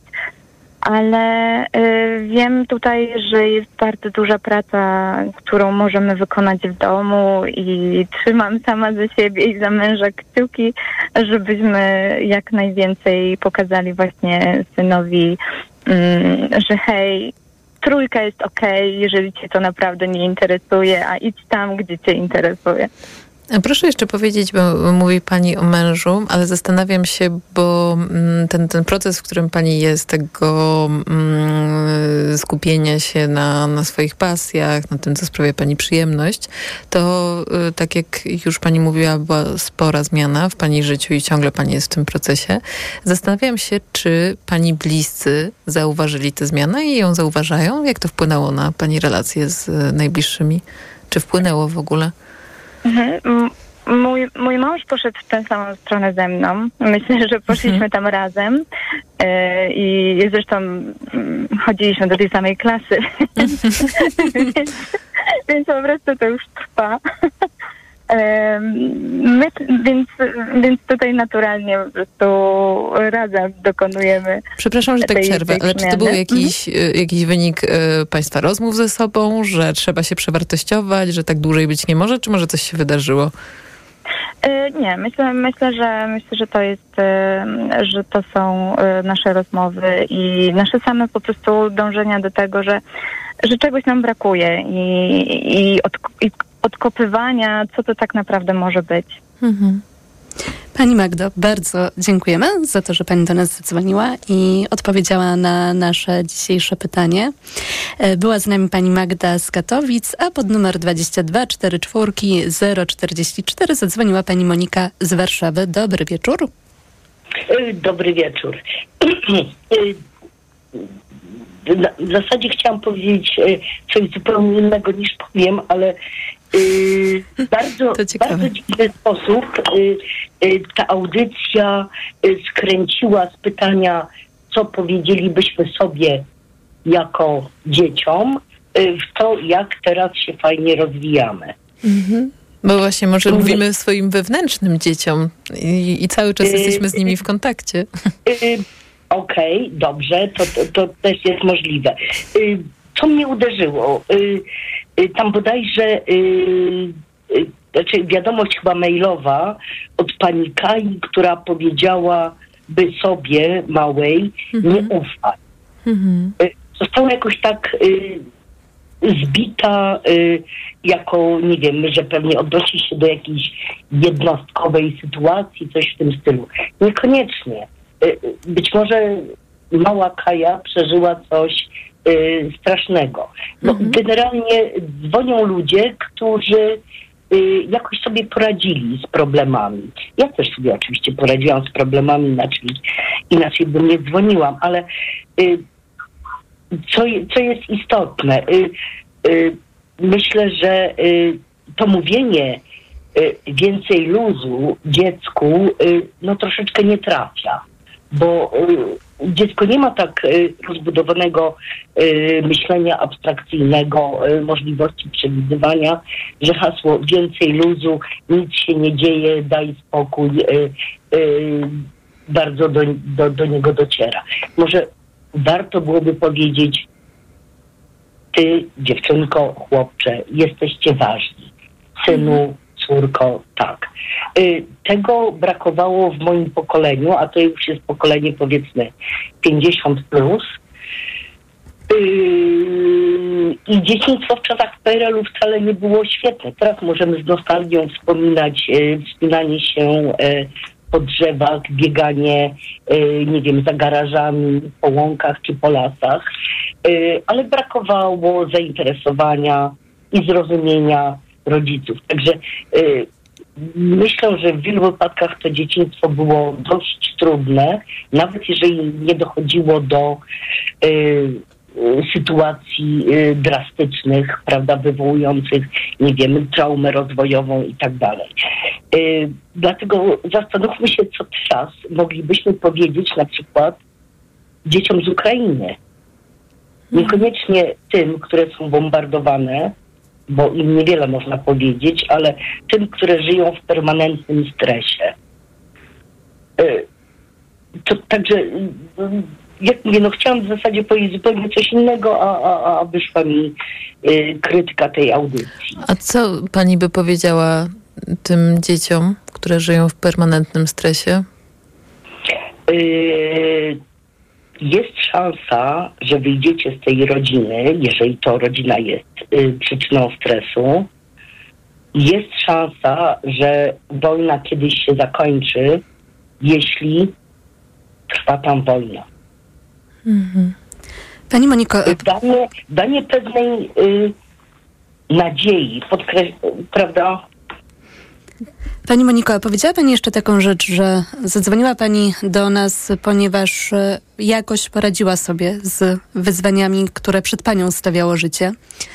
ale wiem tutaj, że jest bardzo duża praca, którą możemy wykonać w domu i trzymam sama za siebie i za męża kciuki, żebyśmy jak najwięcej pokazali właśnie synowi, że hej, 3 jest okej, jeżeli cię to naprawdę nie interesuje, a idź tam, gdzie cię interesuje. Proszę jeszcze powiedzieć, bo mówi pani o mężu, ale zastanawiam się, bo ten proces, w którym pani jest, tego skupienia się na swoich pasjach, na tym, co sprawia pani przyjemność, to tak jak już pani mówiła, była spora zmiana w pani życiu i ciągle pani jest w tym procesie. Zastanawiam się, czy pani bliscy zauważyli tę zmianę i ją zauważają? Jak to wpłynęło na pani relacje z najbliższymi? Czy wpłynęło w ogóle? Mój mąż poszedł w tę samą stronę ze mną. Myślę, że poszliśmy tam razem i zresztą chodziliśmy do tej samej klasy. więc po prostu to już trwa. Więc tutaj naturalnie po prostu razem dokonujemy. Przepraszam, że tak przerwę, ale czy to był jakiś wynik państwa rozmów ze sobą, że trzeba się przewartościować, że tak dłużej być nie może, czy może coś się wydarzyło? Nie, myślę, że to jest, że to są nasze rozmowy i nasze same po prostu dążenia do tego, że czegoś nam brakuje i odkopywania, co to tak naprawdę może być. Pani Magdo, bardzo dziękujemy za to, że pani do nas zadzwoniła i odpowiedziała na nasze dzisiejsze pytanie. Była z nami pani Magda z Katowic, a pod numer 22 44 044 zadzwoniła pani Monika z Warszawy. Dobry wieczór. Dobry wieczór. W zasadzie chciałam powiedzieć coś zupełnie innego niż powiem, ale bardzo dziwny sposób ta audycja skręciła z pytania, co powiedzielibyśmy sobie jako dzieciom, w to, jak teraz się fajnie rozwijamy. Bo właśnie może mówimy swoim wewnętrznym dzieciom i cały czas jesteśmy z nimi w kontakcie. Okej, dobrze, to też jest możliwe. Co mnie uderzyło? Tam bodajże wiadomość chyba mailowa od pani Kai, która powiedziała, by sobie małej nie ufać. Została jakoś tak zbita jako, nie wiem, że pewnie odnosi się do jakiejś jednostkowej sytuacji, coś w tym stylu. Niekoniecznie. Być może mała Kaja przeżyła coś strasznego. No, generalnie dzwonią ludzie, którzy jakoś sobie poradzili z problemami. Ja też sobie oczywiście poradziłam z problemami, inaczej bym nie dzwoniłam, ale co jest istotne, myślę, że to mówienie więcej luzu dziecku no troszeczkę nie trafia, bo dziecko nie ma tak rozbudowanego myślenia abstrakcyjnego, możliwości przewidywania, że hasło więcej luzu, nic się nie dzieje, daj spokój, bardzo do niego dociera. Może warto byłoby powiedzieć ty, dziewczynko, chłopcze, jesteście ważni. Synu, córko, tak. Tego brakowało w moim pokoleniu, a to już jest pokolenie powiedzmy 50+. I dzieciństwo w czasach PRL-u wcale nie było świetne. Teraz możemy z nostalgią wspominać wspinanie się po drzewach, bieganie, nie wiem, za garażami, po łąkach czy po lasach, ale brakowało zainteresowania i zrozumienia rodziców. Także myślę, że w wielu wypadkach to dzieciństwo było dość trudne, nawet jeżeli nie dochodziło do sytuacji drastycznych, prawda, wywołujących, nie wiem, traumę rozwojową i tak dalej. Dlatego zastanówmy się, co teraz moglibyśmy powiedzieć na przykład dzieciom z Ukrainy. Niekoniecznie tym, które są bombardowane, bo im niewiele można powiedzieć, ale tym, które żyją w permanentnym stresie. Także jak mówię, chciałam w zasadzie powiedzieć zupełnie coś innego, a wyszła mi krytyka tej audycji. A co pani by powiedziała tym dzieciom, które żyją w permanentnym stresie? Jest szansa, że wyjdziecie z tej rodziny, jeżeli to rodzina jest przyczyną stresu. Jest szansa, że wojna kiedyś się zakończy, jeśli trwa tam wojna. Pani Moniko... Danie pewnej nadziei, prawda? Pani Moniko, powiedziała Pani jeszcze taką rzecz, że zadzwoniła Pani do nas, ponieważ jakoś poradziła sobie z wyzwaniami, które przed Panią stawiało życie.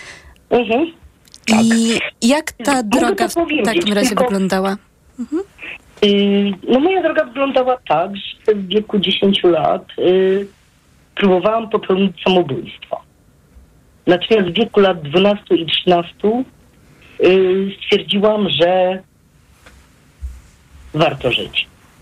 Tak. I jak ta droga w takim razie wyglądała? Moja droga wyglądała tak, że w wieku 10 lat próbowałam popełnić samobójstwo. Natomiast w wieku lat 12 i 13 stwierdziłam, że warto żyć.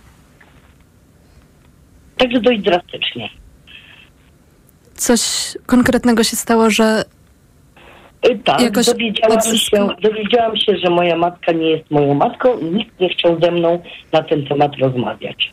Także dość drastycznie. Coś konkretnego się stało, że tak, jakoś dowiedziałam się, że moja matka nie jest moją matką i nikt nie chciał ze mną na ten temat rozmawiać.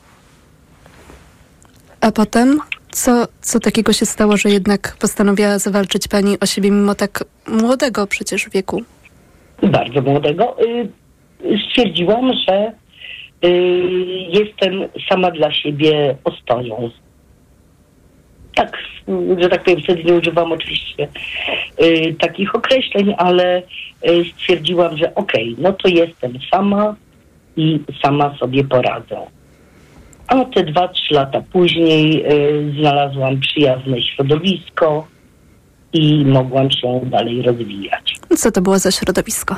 A potem? Co takiego się stało, że jednak postanowiła zawalczyć Pani o siebie mimo tak młodego przecież wieku? Bardzo młodego. Stwierdziłam, że jestem sama dla siebie ostoją. Tak, że tak powiem, wtedy nie używam oczywiście takich określeń, ale stwierdziłam, że okej, no to jestem sama i sama sobie poradzę. A te 2-3 lata później znalazłam przyjazne środowisko i mogłam się dalej rozwijać. Co to było za środowisko?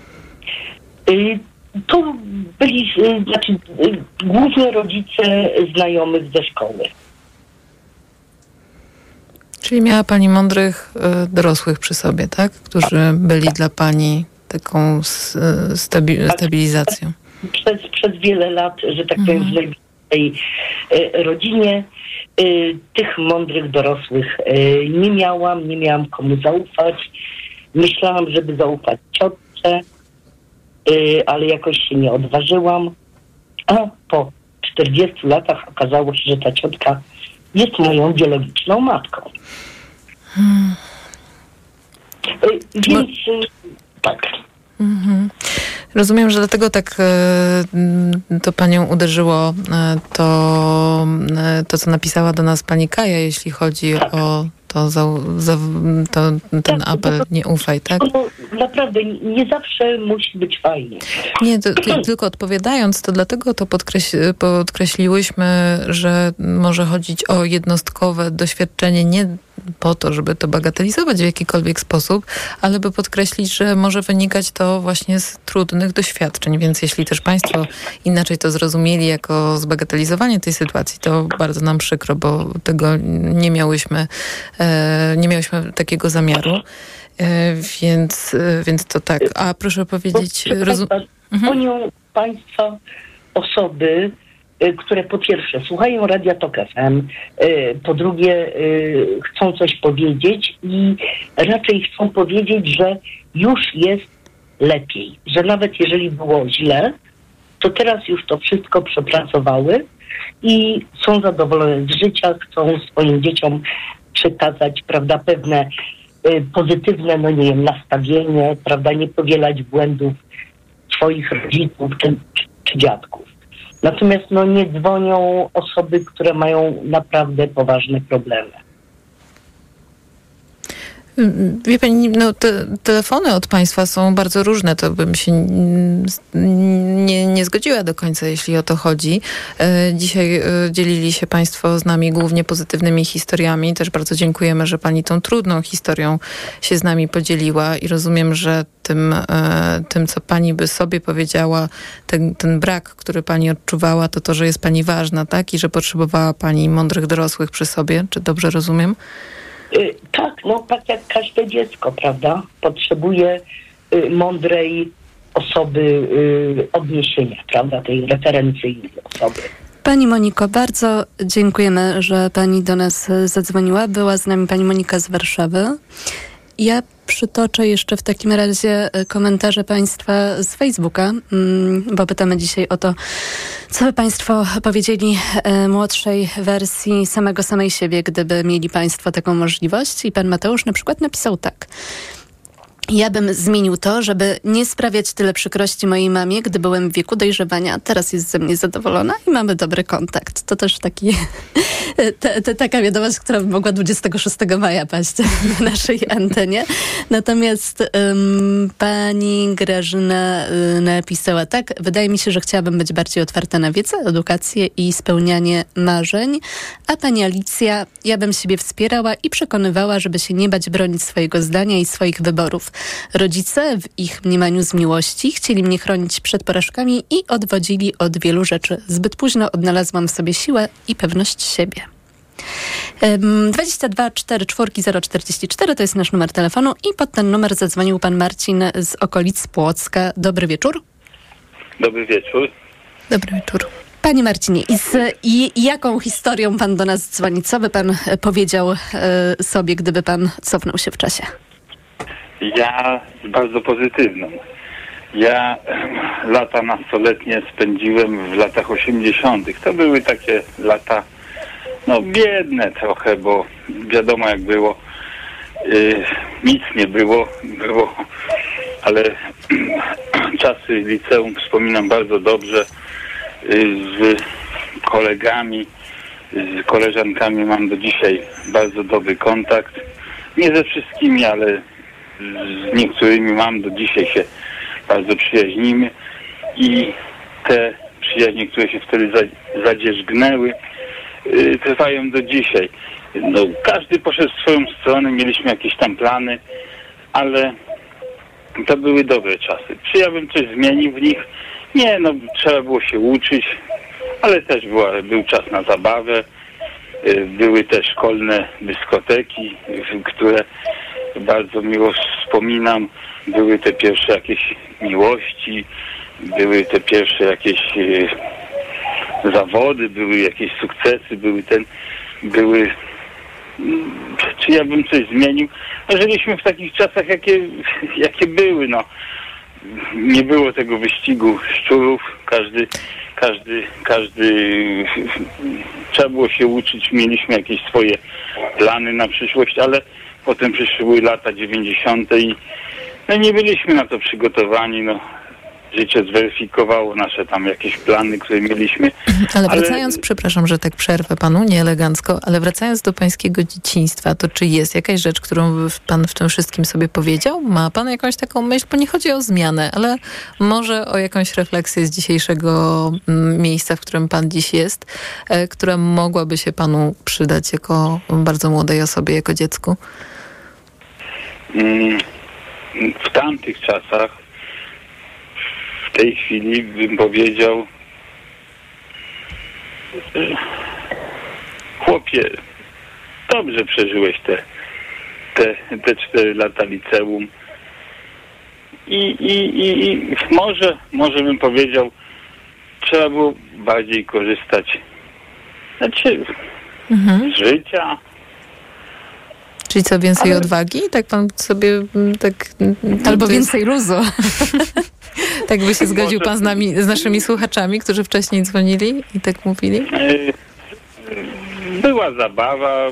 To byli głównie rodzice znajomych ze szkoły. Czyli miała Pani mądrych dorosłych przy sobie, tak? Którzy byli dla Pani taką stabilizacją. Przez wiele lat, że tak powiem, w tej rodzinie tych mądrych dorosłych nie miałam komu zaufać. Myślałam, żeby zaufać ciotce, ale jakoś się nie odważyłam. A po 40 latach okazało się, że ta ciotka jest moją biologiczną matką. Więc tak. Rozumiem, że dlatego tak to Panią uderzyło to, co napisała do nas Pani Kaja, jeśli chodzi o ten apel nie ufaj, tak? No, naprawdę nie zawsze musi być fajnie. Nie, tylko odpowiadając, to dlatego to podkreśliłyśmy, że może chodzić o jednostkowe doświadczenie nie po to, żeby to bagatelizować w jakikolwiek sposób, ale by podkreślić, że może wynikać to właśnie z trudnych doświadczeń. Więc jeśli też Państwo inaczej to zrozumieli jako zbagatelizowanie tej sytuacji, to bardzo nam przykro, bo tego nie miałyśmy takiego zamiaru. Więc to tak. A proszę powiedzieć... Dzwonią Państwa osoby, które po pierwsze słuchają Radia Tok FM, po drugie chcą coś powiedzieć i raczej chcą powiedzieć, że już jest lepiej, że nawet jeżeli było źle, to teraz już to wszystko przepracowały i są zadowolone z życia, chcą swoim dzieciom przekazać, prawda, pewne pozytywne, nastawienie, prawda, nie powielać błędów swoich rodziców czy dziadków. Natomiast nie dzwonią osoby, które mają naprawdę poważne problemy. Wie pani, te telefony od państwa są bardzo różne, to bym się nie zgodziła do końca, jeśli o to chodzi. Dzisiaj dzielili się państwo z nami głównie pozytywnymi historiami. Też bardzo dziękujemy, że pani tą trudną historią się z nami podzieliła i rozumiem, że tym co pani by sobie powiedziała, ten brak, który pani odczuwała, to, że jest pani ważna, tak? I że potrzebowała pani mądrych dorosłych przy sobie. Czy dobrze rozumiem? Tak, tak jak każde dziecko, prawda? Potrzebuje mądrej osoby odniesienia, prawda? Tej referencyjnej osoby. Pani Moniko, bardzo dziękujemy, że pani do nas zadzwoniła. Była z nami pani Monika z Warszawy. Ja przytoczę jeszcze w takim razie komentarze państwa z Facebooka, bo pytamy dzisiaj o to, co by państwo powiedzieli młodszej wersji samej siebie, gdyby mieli państwo taką możliwość. I pan Mateusz na przykład napisał tak. Ja bym zmienił to, żeby nie sprawiać tyle przykrości mojej mamie, gdy byłem w wieku dojrzewania. Teraz jest ze mnie zadowolona i mamy dobry kontakt. To też taka wiadomość, która by mogła 26 maja paść na naszej antenie. Natomiast pani Grażyna napisała tak. Wydaje mi się, że chciałabym być bardziej otwarta na wiedzę, edukację i spełnianie marzeń. A pani Alicja, ja bym siebie wspierała i przekonywała, żeby się nie bać bronić swojego zdania i swoich wyborów. Rodzice w ich mniemaniu z miłości chcieli mnie chronić przed porażkami i odwodzili od wielu rzeczy. Zbyt późno odnalazłam w sobie siłę i pewność siebie. 22 44 044 to jest nasz numer telefonu i pod ten numer zadzwonił pan Marcin z okolic Płocka. Dobry wieczór. Dobry wieczór. Dobry wieczór. Panie Marcinie, i jaką historią pan do nas dzwoni? Co by pan powiedział sobie, gdyby pan cofnął się w czasie? Ja bardzo pozytywną. Ja lata nastoletnie spędziłem w latach 80. To były takie lata biedne trochę, bo wiadomo jak było. Nic nie było, ale czasy liceum wspominam bardzo dobrze. Z kolegami, z koleżankami mam do dzisiaj bardzo dobry kontakt. Nie ze wszystkimi, ale z niektórymi mam do dzisiaj się bardzo przyjaźnimy i te przyjaźnie, które się wtedy zadzierzgnęły, trwają do dzisiaj. Każdy poszedł w swoją stronę, mieliśmy jakieś tam plany, ale to były dobre czasy. Czy ja bym coś zmienił w nich? Nie, trzeba było się uczyć, ale też był czas na zabawę. Były te szkolne dyskoteki, które bardzo miło wspominam. Były te pierwsze jakieś miłości, były te pierwsze jakieś zawody, były jakieś sukcesy, czy ja bym coś zmienił? Żyliśmy w takich czasach, jakie były, Nie było tego wyścigu szczurów, każdy trzeba było się uczyć, mieliśmy jakieś swoje plany na przyszłość, ale potem przyszły lata 90. i nie byliśmy na to przygotowani. Życie zweryfikowało nasze tam jakieś plany, które mieliśmy. Ale wracając, przepraszam, że tak przerwę panu, nieelegancko, ale wracając do pańskiego dzieciństwa, to czy jest jakaś rzecz, którą pan w tym wszystkim sobie powiedział? Ma pan jakąś taką myśl? Bo nie chodzi o zmianę, ale może o jakąś refleksję z dzisiejszego miejsca, w którym pan dziś jest, która mogłaby się panu przydać jako bardzo młodej osobie, jako dziecku? W tamtych czasach, w tej chwili bym powiedział, chłopie, dobrze przeżyłeś te 4 lata liceum i może bym powiedział, trzeba było bardziej korzystać z życia. Czyli co, więcej odwagi? Tak pan sobie tak... Albo więcej luzu. Tak by się zgodził pan z naszymi słuchaczami, którzy wcześniej dzwonili i tak mówili? Była zabawa,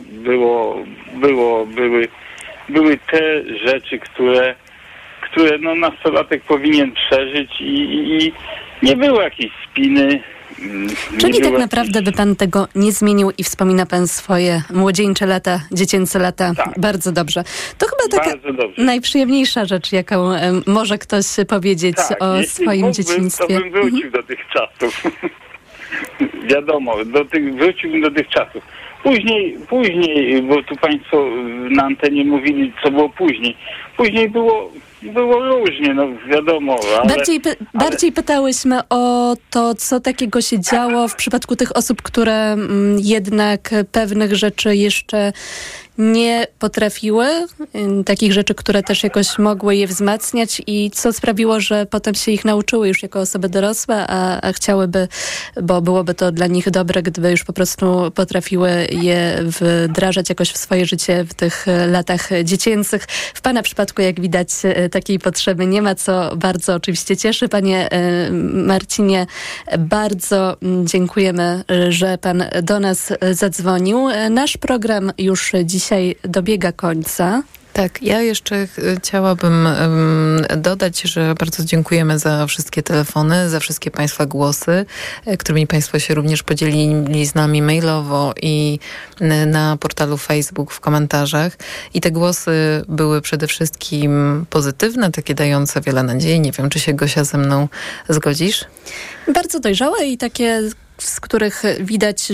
były te rzeczy, które nastolatek powinien przeżyć i nie było jakiejś spiny. Czyli tak naprawdę by pan tego nie zmienił i wspomina pan swoje młodzieńcze lata, dziecięce lata bardzo dobrze. To chyba taka najprzyjemniejsza rzecz, jaką może ktoś powiedzieć o swoim dzieciństwie. To bym wrócił do tych czasów. Wiadomo, wróciłbym do tych czasów. Później, bo tu państwo na antenie mówili, co było później. Później było różnie, wiadomo. Bardziej pytałyśmy o to, co takiego się działo w przypadku tych osób, które jednak pewnych rzeczy jeszcze nie potrafiły, takich rzeczy, które też jakoś mogły je wzmacniać i co sprawiło, że potem się ich nauczyły już jako osoby dorosłe, a chciałyby, bo byłoby to dla nich dobre, gdyby już po prostu potrafiły je wdrażać jakoś w swoje życie w tych latach dziecięcych. W pana przypadku, jak widać, takiej potrzeby nie ma, co bardzo oczywiście cieszy. Panie Marcinie, bardzo dziękujemy, że pan do nas zadzwonił. Nasz program już dzisiaj dobiega końca. Tak, ja jeszcze chciałabym dodać, że bardzo dziękujemy za wszystkie telefony, za wszystkie państwa głosy, którymi państwo się również podzielili z nami mailowo i na portalu Facebook w komentarzach. I te głosy były przede wszystkim pozytywne, takie dające wiele nadziei. Nie wiem, czy się, Gosia, ze mną zgodzisz? Bardzo dojrzałe i takie, z których widać,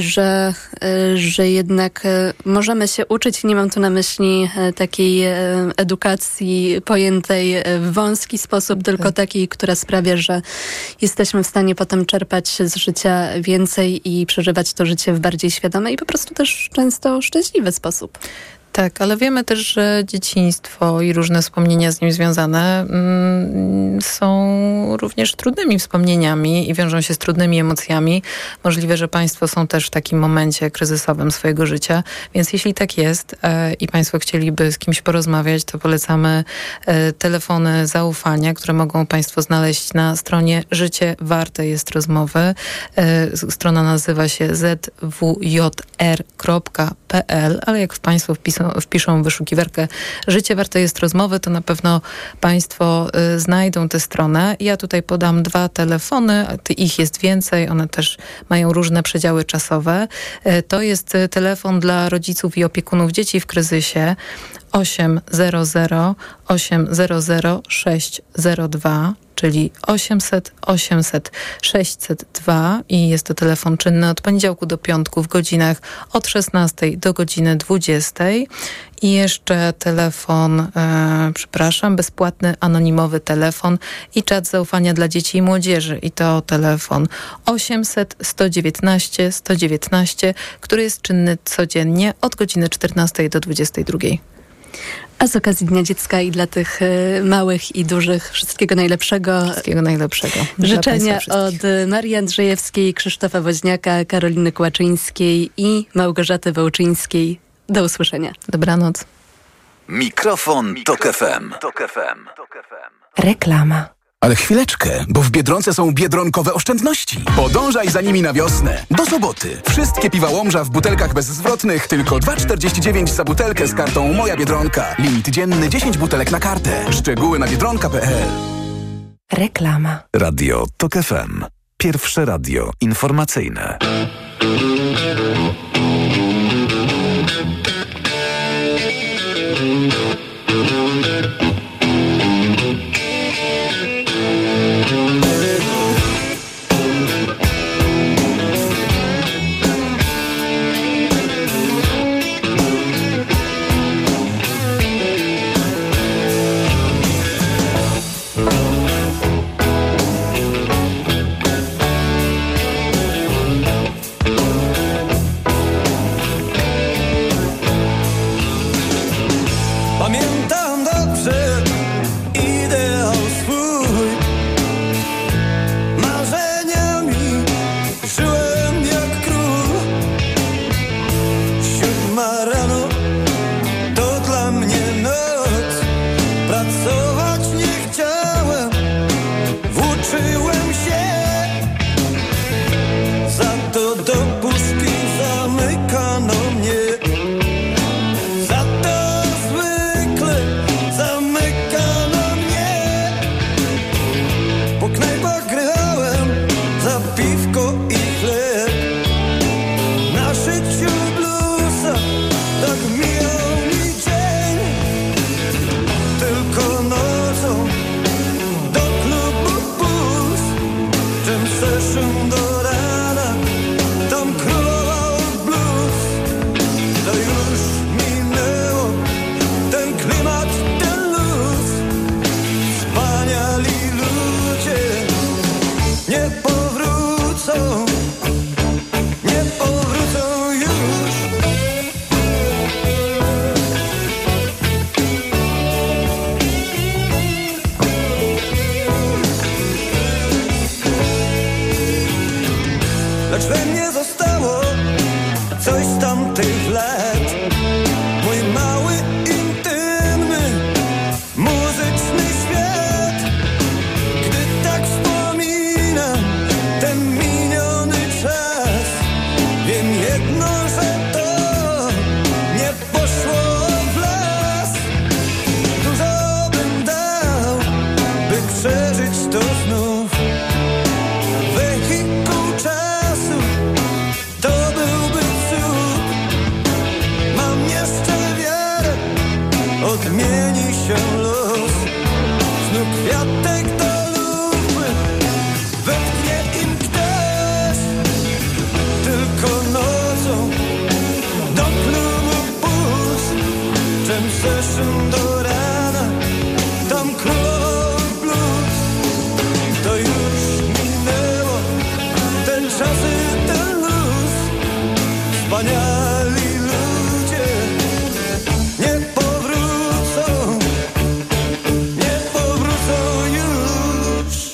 że jednak możemy się uczyć. Nie mam tu na myśli takiej edukacji pojętej w wąski sposób, tylko takiej, która sprawia, że jesteśmy w stanie potem czerpać z życia więcej i przeżywać to życie w bardziej świadomy i po prostu też często szczęśliwy sposób. Tak, ale wiemy też, że dzieciństwo i różne wspomnienia z nim związane są również trudnymi wspomnieniami i wiążą się z trudnymi emocjami. Możliwe, że państwo są też w takim momencie kryzysowym swojego życia, więc jeśli tak jest i państwo chcieliby z kimś porozmawiać, to polecamy telefony zaufania, które mogą państwo znaleźć na stronie Życie Warte Jest Rozmowy. Strona nazywa się zwjr.pl, ale jak państwo wpiszą w wyszukiwarkę Życie Warte Jest Rozmowy, to na pewno państwo znajdą tę stronę. Ja tutaj podam 2 telefony, ich jest więcej, one też mają różne przedziały czasowe. To jest telefon dla rodziców i opiekunów dzieci w kryzysie 800 800 602, czyli 800 800 602 i jest to telefon czynny od poniedziałku do piątku w godzinach od 16 do godziny 20. I jeszcze telefon, bezpłatny, anonimowy telefon i czat zaufania dla dzieci i młodzieży. I to telefon 800 119 119, który jest czynny codziennie od godziny 14 do 22. A z okazji Dnia Dziecka i dla tych małych i dużych wszystkiego najlepszego. Wszystkiego najlepszego. Życzenia od Marii Andrzejewskiej, Krzysztofa Woźniaka, Karoliny Kłaczyńskiej i Małgorzaty Wołczyńskiej. Do usłyszenia. Dobranoc. Mikrofon Tok FM. Reklama. Ale chwileczkę, bo w Biedronce są biedronkowe oszczędności. Podążaj za nimi na wiosnę. Do soboty. Wszystkie piwa Łomża w butelkach bezzwrotnych tylko 2,49 za butelkę z kartą Moja Biedronka. Limit dzienny 10 butelek na kartę. Szczegóły na biedronka.pl. Reklama. Radio Tok FM. Pierwsze radio informacyjne. Kwiatek do lupy wetknie im ktoś, tylko nocą do klubu pusz, czym zeszłym do rana, tam król blues. To już minęło, ten czasy, ten luz. Wspaniali ludzie nie powrócą, nie powrócą już.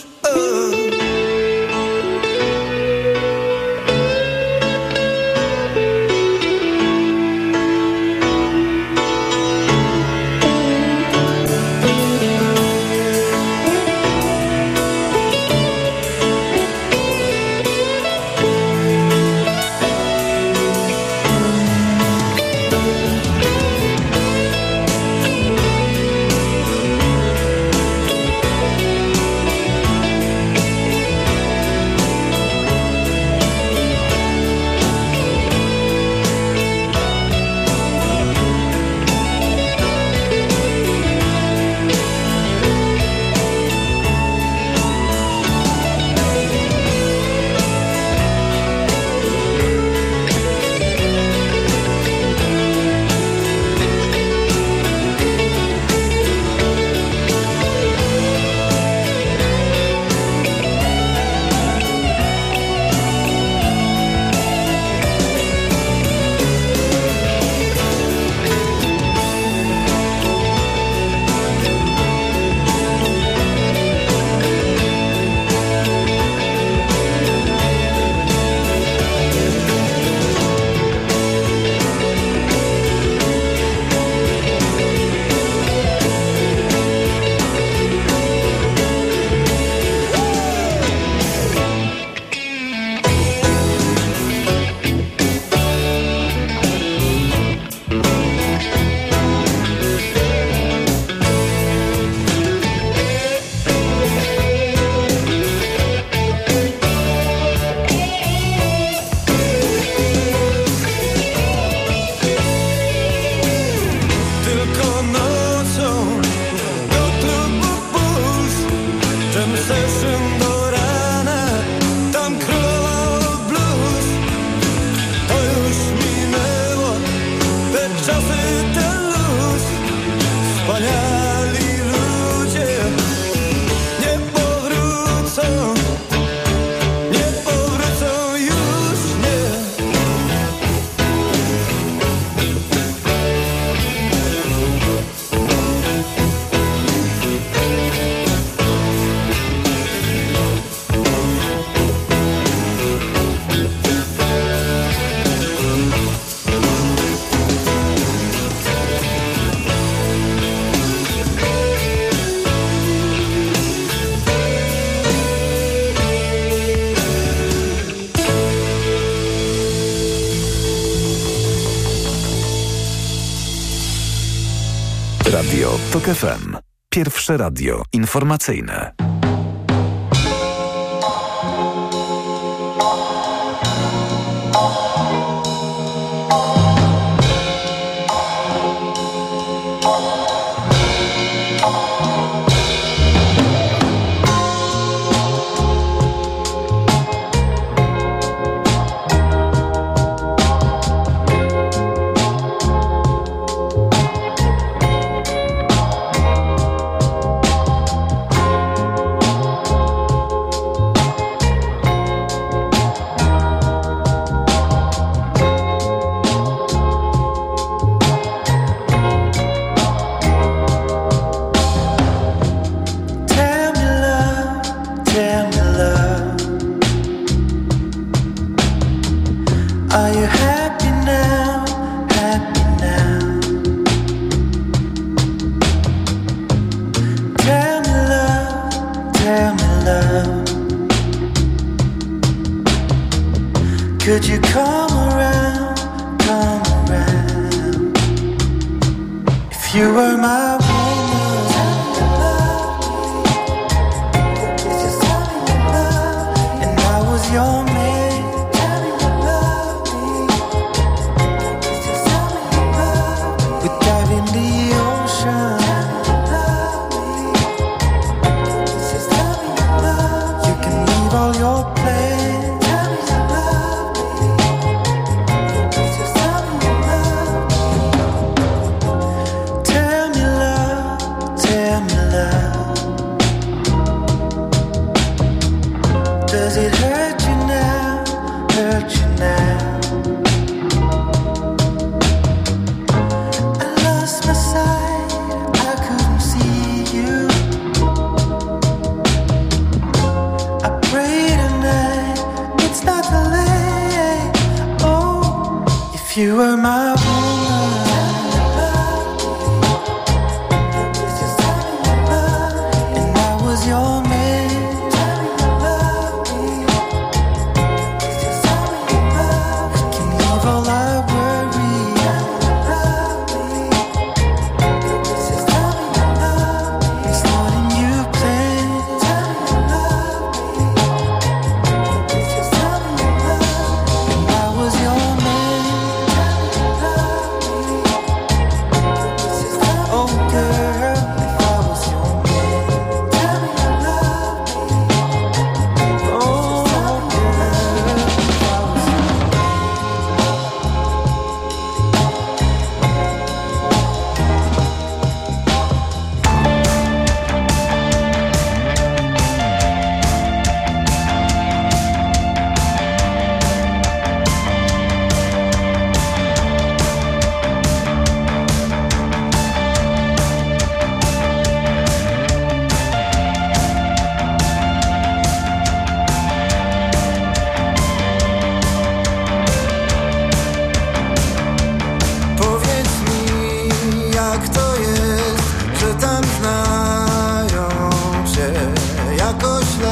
Radio TOK FM. Pierwsze radio informacyjne. Could you come around, if you were my woman, and I was your man, we'd dive in the ocean, If you were my woman, and I was your man, we can leave all our worries. It's not in you plan. And I was your man. Oh girl, if I was your man. Oh girl, if I was Powiedz mi, jak to jest, że tak znają cię jakoś